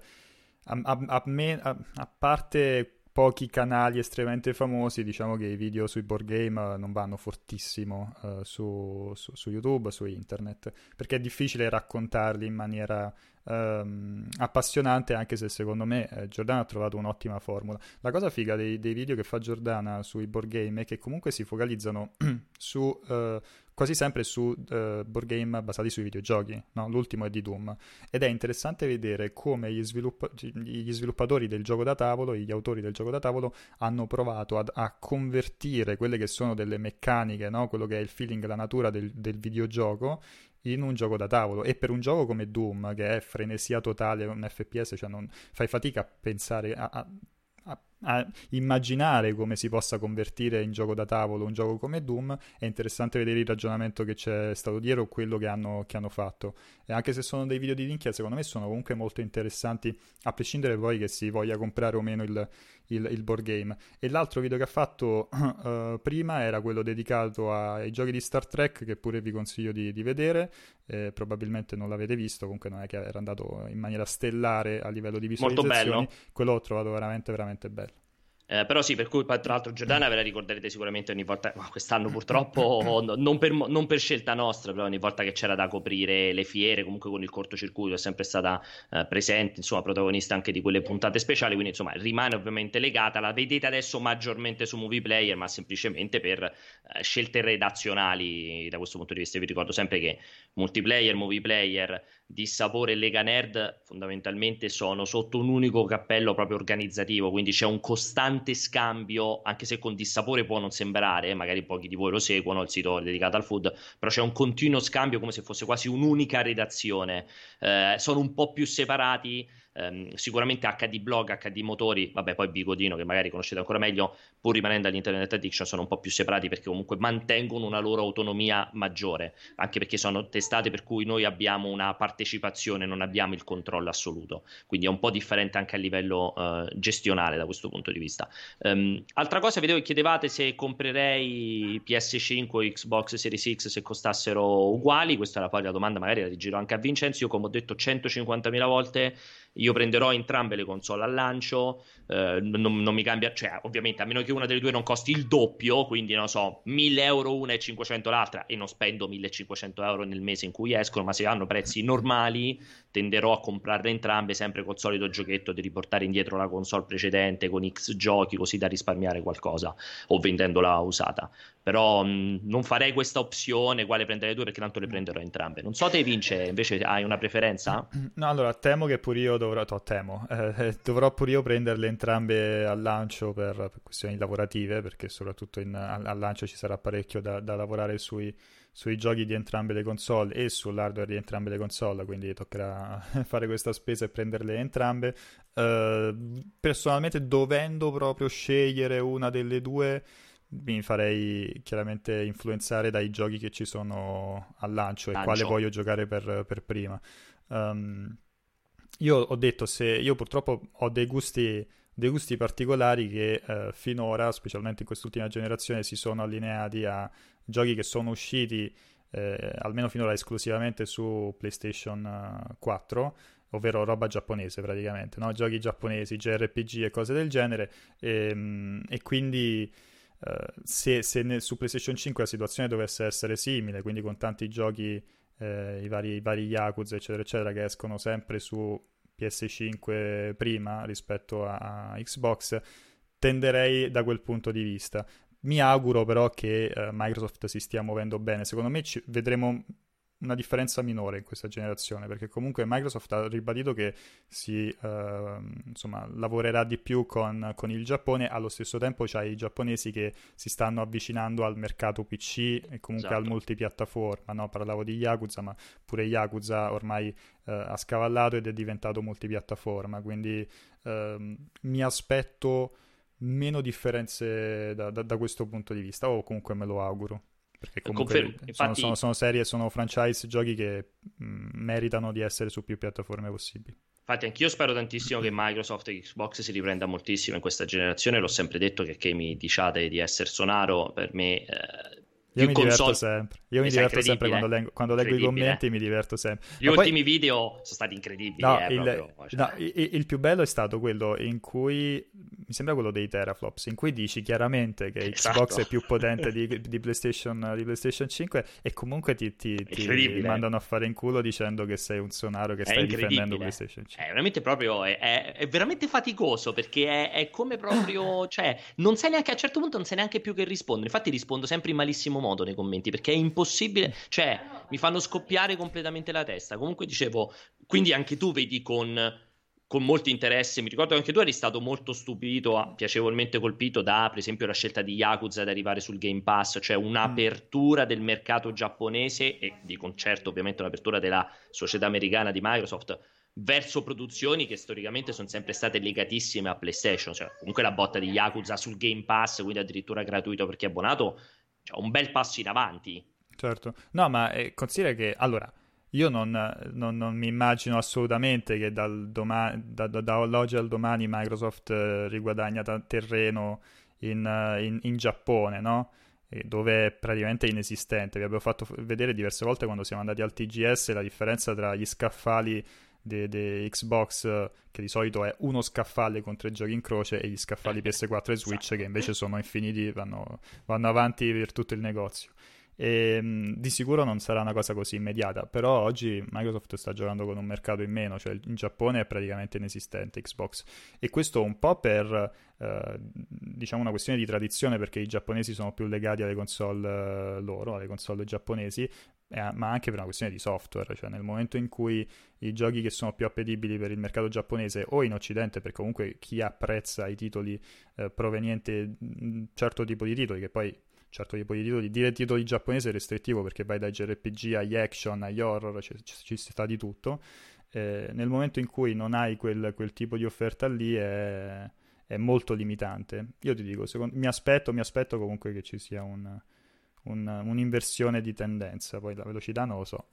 a parte pochi canali estremamente famosi, diciamo che i video sui board game non vanno fortissimo su YouTube, su internet, perché è difficile raccontarli in maniera appassionante, anche se secondo me Giordana ha trovato un'ottima formula. La cosa figa dei video che fa Giordana sui board game è che comunque si focalizzano quasi sempre su board game basati sui videogiochi, no? L'ultimo è di Doom ed è interessante vedere come gli sviluppatori del gioco da tavolo, gli autori del gioco da tavolo hanno provato a convertire quelle che sono delle meccaniche, no? Quello che è il feeling, la natura del videogioco in un gioco da tavolo. E per un gioco come Doom, che è frenesia totale, un FPS, cioè non fai fatica a pensare a immaginare come si possa convertire in gioco da tavolo un gioco come Doom. È interessante vedere il ragionamento che c'è stato dietro, quello che hanno fatto, e anche se sono dei video di nicchia, secondo me sono comunque molto interessanti, a prescindere poi che si voglia comprare o meno il board game. E l'altro video che ha fatto prima era quello dedicato ai giochi di Star Trek, che pure vi consiglio di vedere. Probabilmente non l'avete visto, comunque non è che era andato in maniera stellare a livello di visualizzazioni. Quello l'ho trovato veramente veramente bello. Però sì, per cui tra l'altro Giordana ve la ricorderete sicuramente ogni volta, ma quest'anno purtroppo non per scelta nostra, però ogni volta che c'era da coprire le fiere, comunque con il cortocircuito è sempre stata presente, insomma protagonista anche di quelle puntate speciali, quindi insomma rimane ovviamente legata. La vedete adesso maggiormente su Movie Player, ma semplicemente per scelte redazionali da questo punto di vista. Vi ricordo sempre che Multiplayer, Movie Player, Dissapore e Lega Nerd fondamentalmente sono sotto un unico cappello proprio organizzativo, quindi c'è un costante scambio, anche se con Dissapore può non sembrare, magari pochi di voi lo seguono, il sito è dedicato al food, però c'è un continuo scambio come se fosse quasi un'unica redazione. Sono un po' più separati. Sicuramente HD Blog, HD Motori, vabbè, poi Bigodino, che magari conoscete ancora meglio, pur rimanendo all'Internet Addiction, sono un po' più separati perché comunque mantengono una loro autonomia maggiore, anche perché sono testate per cui noi abbiamo una partecipazione, non abbiamo il controllo assoluto, quindi è un po' differente anche a livello gestionale da questo punto di vista. Altra cosa, vedevo che chiedevate se comprerei PS5 o Xbox Series X se costassero uguali. Questa è poi la domanda, magari la rigiro anche a Vincenzo. Io, come ho detto 150.000 volte, io prenderò entrambe le console al lancio, non mi cambia, cioè ovviamente a meno che una delle due non costi il doppio, quindi non so, 1.000 euro una e 500 l'altra, e non spendo 1.500 euro nel mese in cui escono, ma se hanno prezzi normali tenderò a comprarle entrambe, sempre col solito giochetto di riportare indietro la console precedente con X giochi, così da risparmiare qualcosa, o vendendola usata. Però non farei questa opzione quale prendere le due, perché tanto le prenderò entrambe. Non so te, Vince, invece hai una preferenza? No, allora temo che pure io dovrò pure io prenderle entrambe al lancio per questioni lavorative, perché soprattutto al lancio ci sarà parecchio da lavorare sui giochi di entrambe le console e sull'hardware di entrambe le console, quindi toccherà fare questa spesa e prenderle entrambe. Personalmente, dovendo proprio scegliere una delle due, mi farei chiaramente influenzare dai giochi che ci sono al lancio e quale voglio giocare per prima. Io ho detto, io purtroppo ho dei gusti particolari che finora, specialmente in quest'ultima generazione, si sono allineati a giochi che sono usciti almeno finora esclusivamente su PlayStation 4, ovvero roba giapponese praticamente, no? Giochi giapponesi, JRPG e cose del genere, e quindi se su PlayStation 5 la situazione dovesse essere simile, quindi con tanti giochi, i vari Yakuza eccetera eccetera, che escono sempre su PS5 prima rispetto a Xbox, tenderei da quel punto di vista. Mi auguro però che Microsoft si stia muovendo bene. Secondo me vedremo una differenza minore in questa generazione, perché comunque Microsoft ha ribadito che insomma, lavorerà di più con il Giappone. Allo stesso tempo c'hai i giapponesi che si stanno avvicinando al mercato PC e comunque al multipiattaforma, no? Parlavo di Yakuza, ma pure Yakuza ormai ha scavallato ed è diventato multipiattaforma, quindi mi aspetto meno differenze da questo punto di vista, o comunque me lo auguro, perché comunque infatti, sono serie, sono franchise, giochi che meritano di essere su più piattaforme possibili. Infatti anch'io spero tantissimo che Microsoft e Xbox si riprenda moltissimo in questa generazione. L'ho sempre detto che mi diciate di essere sonaro, per me io mi diverto sempre. Io mi diverto sempre quando leggo i commenti, mi diverto sempre. Gli ultimi video sono stati incredibili. Il più bello è stato quello in cui, mi sembra quello dei teraflops, in cui dici chiaramente che Xbox è più potente di PlayStation 5, e comunque ti mandano a fare in culo dicendo che sei un sonaro, che stai difendendo PlayStation 5. È veramente proprio è veramente faticoso, perché è come proprio, cioè non sai neanche, a un certo punto non sai neanche più che rispondere. Infatti rispondo sempre in malissimo modo nei commenti, perché è impossibile, cioè mi fanno scoppiare completamente la testa. Comunque dicevo, quindi anche tu vedi con con molto interesse. Mi ricordo che anche tu eri stato molto stupito, piacevolmente colpito da, per esempio, la scelta di Yakuza ad arrivare sul Game Pass, cioè un'apertura del mercato giapponese e di concerto ovviamente un'apertura della società americana di Microsoft verso produzioni che storicamente sono sempre state legatissime a PlayStation. Cioè, comunque la botta di Yakuza sul Game Pass, quindi addirittura gratuito per chi è abbonato, cioè un bel passo in avanti. Certo. No, ma considera che, allora, io non mi immagino assolutamente che dall'oggi al domani Microsoft riguadagna terreno in Giappone, no? Dove è praticamente inesistente. Vi abbiamo fatto vedere diverse volte quando siamo andati al TGS la differenza tra gli scaffali di Xbox, che di solito è uno scaffale con 3 giochi in croce, e gli scaffali PS4 e Switch, Esatto. che invece sono infiniti, vanno avanti per tutto il negozio. E di sicuro non sarà una cosa così immediata, però oggi Microsoft sta giocando con un mercato in meno, cioè in Giappone è praticamente inesistente Xbox, e questo un po' per diciamo una questione di tradizione, perché i giapponesi sono più legati alle console loro, alle console giapponesi, ma anche per una questione di software, cioè nel momento in cui i giochi che sono più appetibili per il mercato giapponese o in occidente, perché comunque chi apprezza i titoli provenienti un certo tipo di titoli, che poi certo tipo di titoli, dire titoli giapponesi è restrittivo perché vai dai JRPG agli action, agli horror, ci sta di tutto. Nel momento in cui non hai quel tipo di offerta lì è molto limitante. Io ti dico, mi aspetto comunque che ci sia un'inversione di tendenza, poi la velocità non lo so.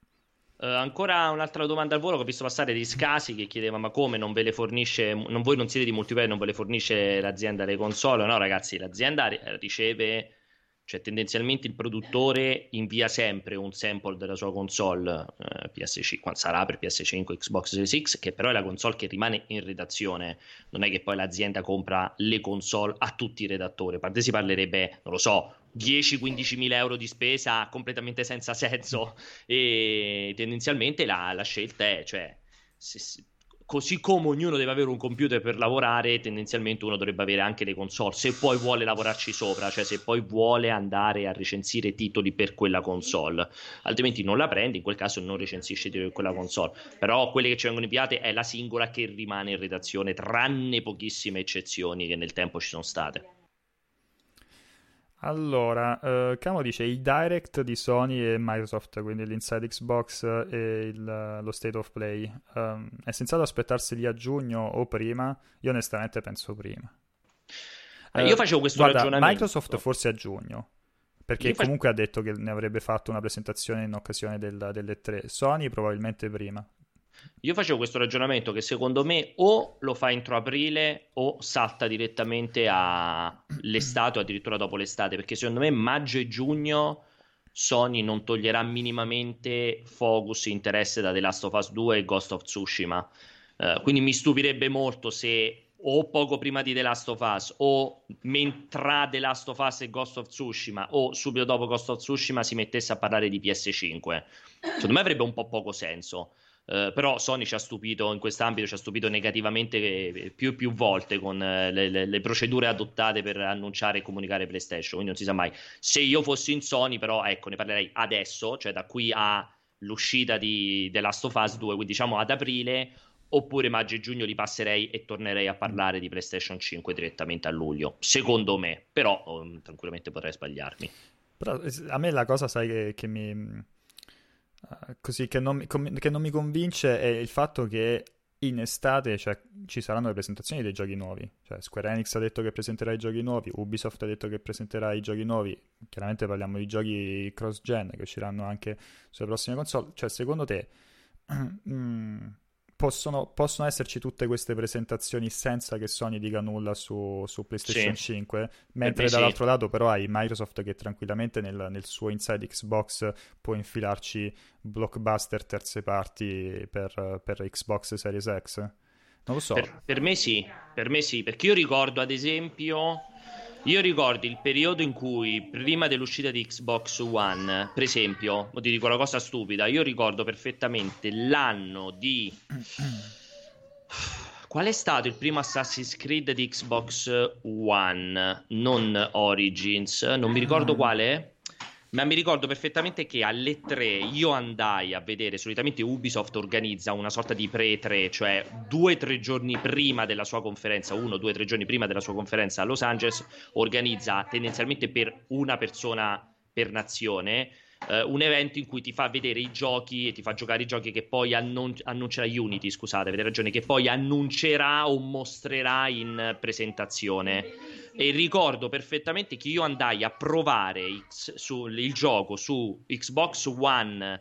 Ancora un'altra domanda al volo che ho visto passare di Scasi, che chiedeva: ma come non ve le fornisce, voi non siete di multiplayer, non ve le fornisce l'azienda le console? No ragazzi, l'azienda riceve, cioè tendenzialmente il produttore invia sempre un sample della sua console PS5, sarà per PS5, Xbox Series X, che però è la console che rimane in redazione. Non è che poi l'azienda compra le console a tutti i redattori. A parte si parlerebbe, non lo so, 10-15 mila euro di spesa completamente senza senso, e tendenzialmente la scelta è, cioè, così come ognuno deve avere un computer per lavorare, tendenzialmente uno dovrebbe avere anche le console, se poi vuole lavorarci sopra, cioè se poi vuole andare a recensire titoli per quella console, altrimenti non la prendi, in quel caso non recensisce titoli per quella console. Però quelle che ci vengono inviate è la singola che rimane in redazione, tranne pochissime eccezioni che nel tempo ci sono state. Allora, Camo dice i direct di Sony e Microsoft, quindi l'Inside Xbox e lo State of Play. È sensato aspettarseli a giugno o prima? Io onestamente penso prima. Io facevo questo Guarda, ragionamento. Microsoft forse a giugno, perché Io fac- comunque ha detto che ne avrebbe fatto una presentazione in occasione delle 3. Sony probabilmente prima. Io facevo questo ragionamento che secondo me o lo fa entro aprile o salta direttamente all'estate o addirittura dopo l'estate, perché secondo me maggio e giugno Sony non toglierà minimamente focus e interesse da The Last of Us 2 e Ghost of Tsushima. Quindi mi stupirebbe molto se o poco prima di The Last of Us o mentre The Last of Us e Ghost of Tsushima o subito dopo Ghost of Tsushima si mettesse a parlare di PS5. Secondo me avrebbe un po' poco senso. Però Sony ci ha stupito in quest'ambito, ci ha stupito negativamente più volte con le procedure adottate per annunciare e comunicare PlayStation, quindi non si sa mai. Se io fossi in Sony, però, ecco, ne parlerei adesso, cioè da qui all'uscita di The Last of Us 2, quindi diciamo ad aprile, oppure maggio e giugno li passerei e tornerei a parlare di PlayStation 5 direttamente a luglio, secondo me, però tranquillamente potrei sbagliarmi. Però a me la cosa, sai, che mi... così che non mi convince è il fatto che in estate, cioè, ci saranno le presentazioni dei giochi nuovi, cioè Square Enix ha detto che presenterà i giochi nuovi, Ubisoft ha detto che presenterà i giochi nuovi, chiaramente parliamo di giochi cross-gen che usciranno anche sulle prossime console. Cioè, secondo te possono esserci tutte queste presentazioni senza che Sony dica nulla su PlayStation Sì, 5, per mentre me sì. dall'altro lato però hai Microsoft che tranquillamente nel suo Inside Xbox può infilarci blockbuster terze parti per Xbox Series X? Non lo so. Per me sì, perché io ricordo il periodo in cui prima dell'uscita di Xbox One, per esempio, ti dico una cosa stupida, io ricordo perfettamente l'anno di... Qual è stato il primo Assassin's Creed di Xbox One? Non Origins, non mi ricordo quale. Ma mi ricordo perfettamente che alle 3 io andai a vedere, solitamente Ubisoft organizza una sorta di pre-3, cioè 2 o 3 giorni prima della sua conferenza, 1 o 2 o 3 giorni prima della sua conferenza a Los Angeles, organizza tendenzialmente per una persona per nazione, un evento in cui ti fa vedere i giochi e ti fa giocare i giochi che poi annuncerà Unity, scusate, avete ragione, che poi annuncerà o mostrerà in presentazione. E ricordo perfettamente che io andai a provare il gioco su Xbox One,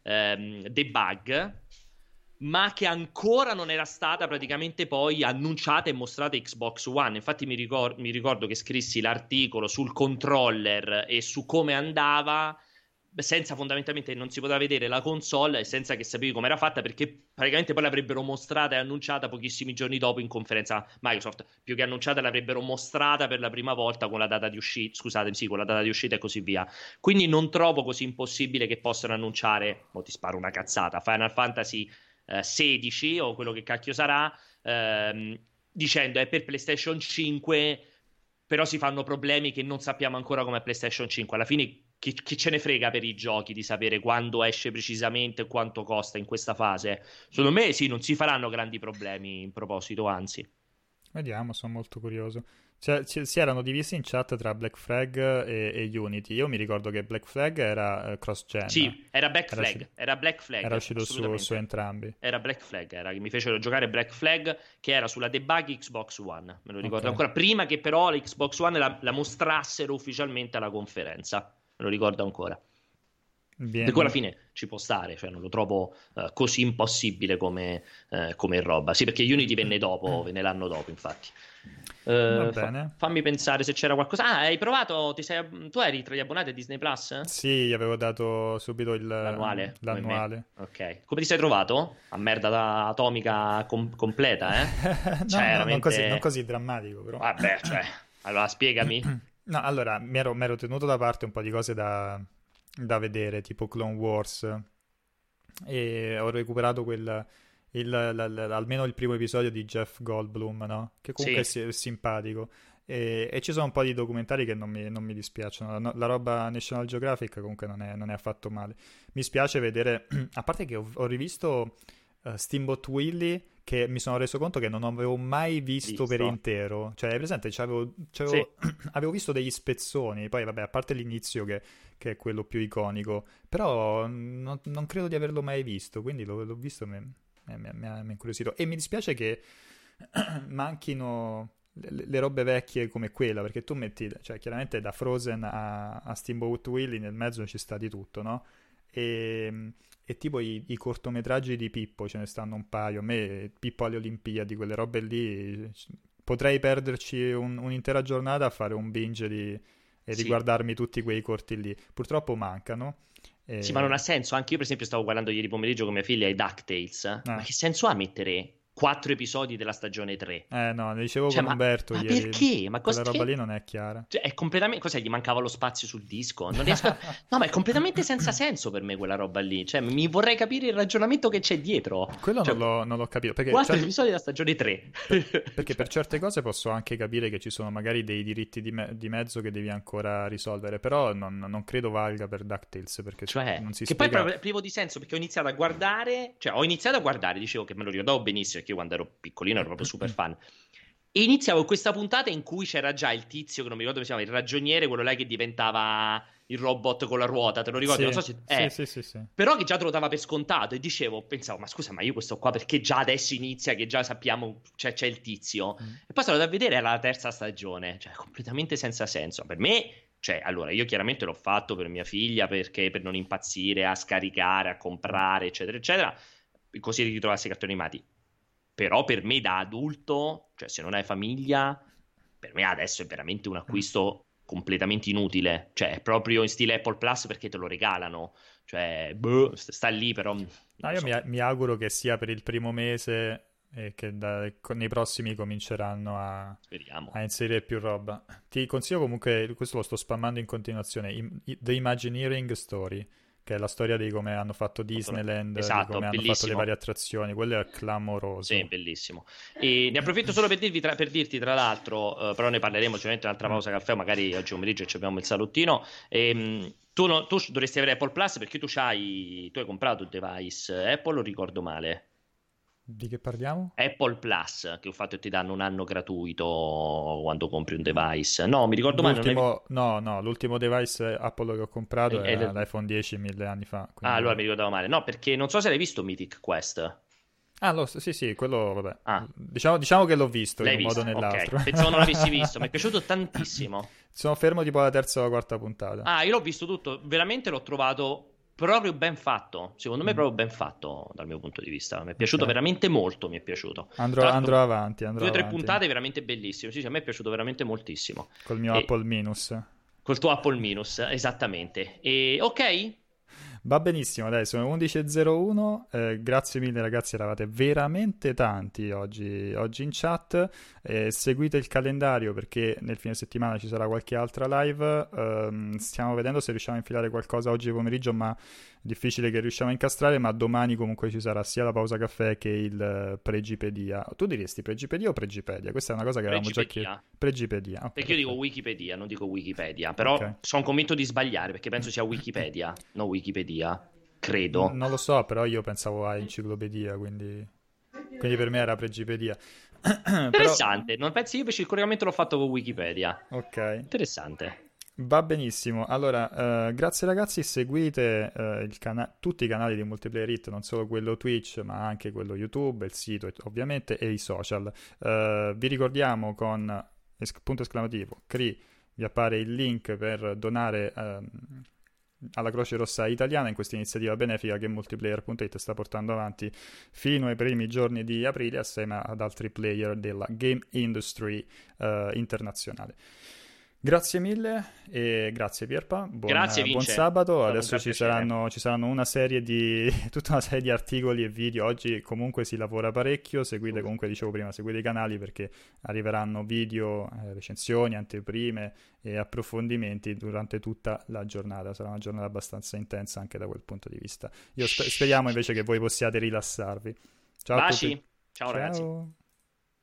Debug, ma che ancora non era stata praticamente poi annunciata e mostrata Xbox One. Infatti mi ricordo che scrissi l'articolo sul controller e su come andava, senza, fondamentalmente non si poteva vedere la console e senza che sapevi come era fatta, perché praticamente poi l'avrebbero mostrata e annunciata pochissimi giorni dopo in conferenza Microsoft. Più che annunciata, l'avrebbero mostrata per la prima volta con la data di uscita, scusate, sì, con la data di uscita e così via. Quindi non trovo così impossibile che possano annunciare, mo ti sparo una cazzata, Final Fantasy 16 o quello che cacchio sarà, dicendo è per PlayStation 5, però si fanno problemi che non sappiamo ancora come è PlayStation 5. Alla fine chi ce ne frega per i giochi di sapere quando esce precisamente e quanto costa in questa fase? Secondo me sì, non si faranno grandi problemi in proposito, anzi. Vediamo, sono molto curioso. Cioè, si erano divisi in chat tra Black Flag e Unity. Io mi ricordo che Black Flag era cross-gen. Sì, era Black Flag. Era Black Flag. Era uscito su entrambi. Era Black Flag, mi fecero giocare Black Flag, che era sulla debug Xbox One. Me lo ricordo ancora, prima che però la Xbox One la mostrassero ufficialmente alla conferenza. Me lo ricordo ancora. Per cui alla fine ci può stare, cioè non lo trovo così impossibile come roba. Sì, perché Unity venne dopo, venne l'anno dopo, infatti. Va bene. Fammi pensare se c'era qualcosa. Ah, hai provato? Tu eri tra gli abbonati a Disney Plus? Sì, gli avevo dato subito l'annuale. Ok. Come ti sei trovato? A merda atomica completa, eh? No, cioè, no, non così drammatico, però. Vabbè, cioè, allora spiegami. No, allora, mi ero tenuto da parte un po' di cose da vedere, tipo Clone Wars, e ho recuperato almeno il primo episodio di Jeff Goldblum, no? Che comunque è simpatico, e ci sono un po' di documentari che non mi dispiacciono. La roba National Geographic comunque non è affatto male. Mi spiace vedere, a parte che ho rivisto Steamboat Willie, che mi sono reso conto che non avevo mai visto per intero. Cioè, è presente? Avevo visto degli spezzoni, poi vabbè, a parte l'inizio che è quello più iconico, però non credo di averlo mai visto, quindi l'ho visto, mi ha incuriosito. E mi dispiace che manchino le robe vecchie come quella, perché tu metti, cioè chiaramente da Frozen a Steamboat Willie nel mezzo ci sta di tutto, no? E tipo i cortometraggi di Pippo ce ne stanno un paio. A me Pippo alle Olimpiadi, quelle robe lì, potrei perderci un'intera giornata a fare un binge e riguardarmi tutti quei corti lì. Purtroppo mancano. Sì, ma non ha senso. Anche io per esempio stavo guardando ieri pomeriggio con mia figlia i DuckTales. Ma che senso ha mettere 4 episodi della stagione 3? No, ne dicevo con Umberto ieri. Perché? Ma quella roba lì non è chiara. Cioè, è completamente... Cos'è? Gli mancava lo spazio sul disco? Non riesco No, ma è completamente senza senso per me quella roba lì. Cioè, mi vorrei capire il ragionamento che c'è dietro. Quello non l'ho capito. Perché 4 episodi della stagione 3. Perché per certe cose posso anche capire che ci sono magari dei diritti di mezzo che devi ancora risolvere, però non credo valga per DuckTales, perché non si spiega... Che poi è privo di senso, perché ho iniziato a guardare, dicevo che me lo ricordavo benissimo, perché io quando ero piccolino ero proprio super fan. E iniziavo questa puntata in cui c'era già il tizio, che non mi ricordo come si chiama, il ragioniere, quello là che diventava il robot con la ruota, te lo ricordi? Sì, non so se... sì. Però che già te lo dava per scontato, e pensavo, ma scusa, ma io questo qua perché già adesso inizia, che già sappiamo, c'è il tizio. E poi sono andato a vedere, era la terza stagione, cioè completamente senza senso. Per me... Cioè, allora, io chiaramente l'ho fatto per mia figlia, perché per non impazzire a scaricare, a comprare, eccetera, eccetera, così ritrovassi i cartoni animati. Però per me da adulto, cioè se non hai famiglia, per me adesso è veramente un acquisto completamente inutile. Cioè è proprio in stile Apple Plus, perché te lo regalano. Cioè, sta lì però... io mi auguro che sia per il primo mese e che nei prossimi cominceranno a inserire più roba. Ti consiglio comunque, questo lo sto spammando in continuazione, The Imagineering Story, che è la storia di come hanno fatto Disneyland, di come hanno fatto le varie attrazioni. Quello è clamoroso. Sì, bellissimo. E ne approfitto solo per dirti tra l'altro, però ne parleremo sicuramente un'altra pausa caffè, magari oggi pomeriggio ci abbiamo il salottino. Tu dovresti avere Apple Plus perché tu hai comprato il device Apple, o ricordo male? Di che parliamo? Apple Plus, che ho fatto e ti danno un anno gratuito quando compri un device. No, mi ricordo male, non è... L'ultimo device Apple che ho comprato è- era è- l'iPhone 10 mille anni fa, Ah, allora quindi... mi ricordavo male. No, perché non so se l'hai visto Mythic Quest. Sì, sì, quello, vabbè. Ah, Diciamo che l'ho visto in l'hai un modo o visto? nell'altro. Ok. Pensavo non l'avessi visto. Mi è piaciuto tantissimo. Sono fermo tipo alla terza o la quarta puntata. Ah, io l'ho visto tutto. Veramente l'ho trovato proprio ben fatto. Secondo me Mm, proprio ben fatto dal mio punto di vista. Mi è piaciuto ok. veramente molto, mi è piaciuto. Andrò, Tra andrò l'altro, avanti, andrò due o tre avanti. puntate veramente bellissime. Sì, sì, a me è piaciuto veramente moltissimo. Col mio E Apple Minus. col tuo Apple Minus, esattamente. E ok? Va benissimo, dai, sono 11.01. Grazie mille ragazzi, eravate veramente tanti oggi in chat. Seguite il calendario perché nel fine settimana ci sarà qualche altra live. Stiamo vedendo se riusciamo a infilare qualcosa oggi pomeriggio, ma è difficile che riusciamo a incastrare. Ma domani comunque ci sarà sia la pausa caffè che il Pregipedia. Tu diresti Pregipedia o Pregipedia? Questa è una cosa che avevamo già chiesto. Pregipedia. Pregipedia, ok, Perché io dico perfetto. Wikipedia, non dico Wikipedia. Ok. Però sono convinto di sbagliare perché penso sia Wikipedia, non Wikipedia. Credo. Non lo so, però io pensavo a enciclopedia, quindi per me era Pregipedia. Però, Interessante. Non pensi io invece il collegamento l'ho fatto con Wikipedia. ok, Interessante. va benissimo. Allora, grazie ragazzi, seguite tutti i canali di Multiplayer Hit, non solo quello Twitch, ma anche quello YouTube, il sito ovviamente e i social. Vi ricordiamo con punto esclamativo CRI, vi appare il link per donare alla Croce Rossa Italiana in questa iniziativa benefica che Multiplayer.it sta portando avanti fino ai primi giorni di aprile assieme ad altri player della game industry internazionale. Grazie mille e grazie Pierpa, Grazie buon Vince. È sabato. stato un Adesso gran piacere. ci saranno tutta una serie di articoli e video. Oggi comunque si lavora parecchio, seguite comunque, dicevo prima, seguite i canali perché arriveranno video, recensioni, anteprime e approfondimenti durante tutta la giornata. Sarà una giornata abbastanza intensa anche da quel punto di vista. Speriamo invece che voi possiate rilassarvi. Ciao a tutti. Baci. Ciao ragazzi. Ciao.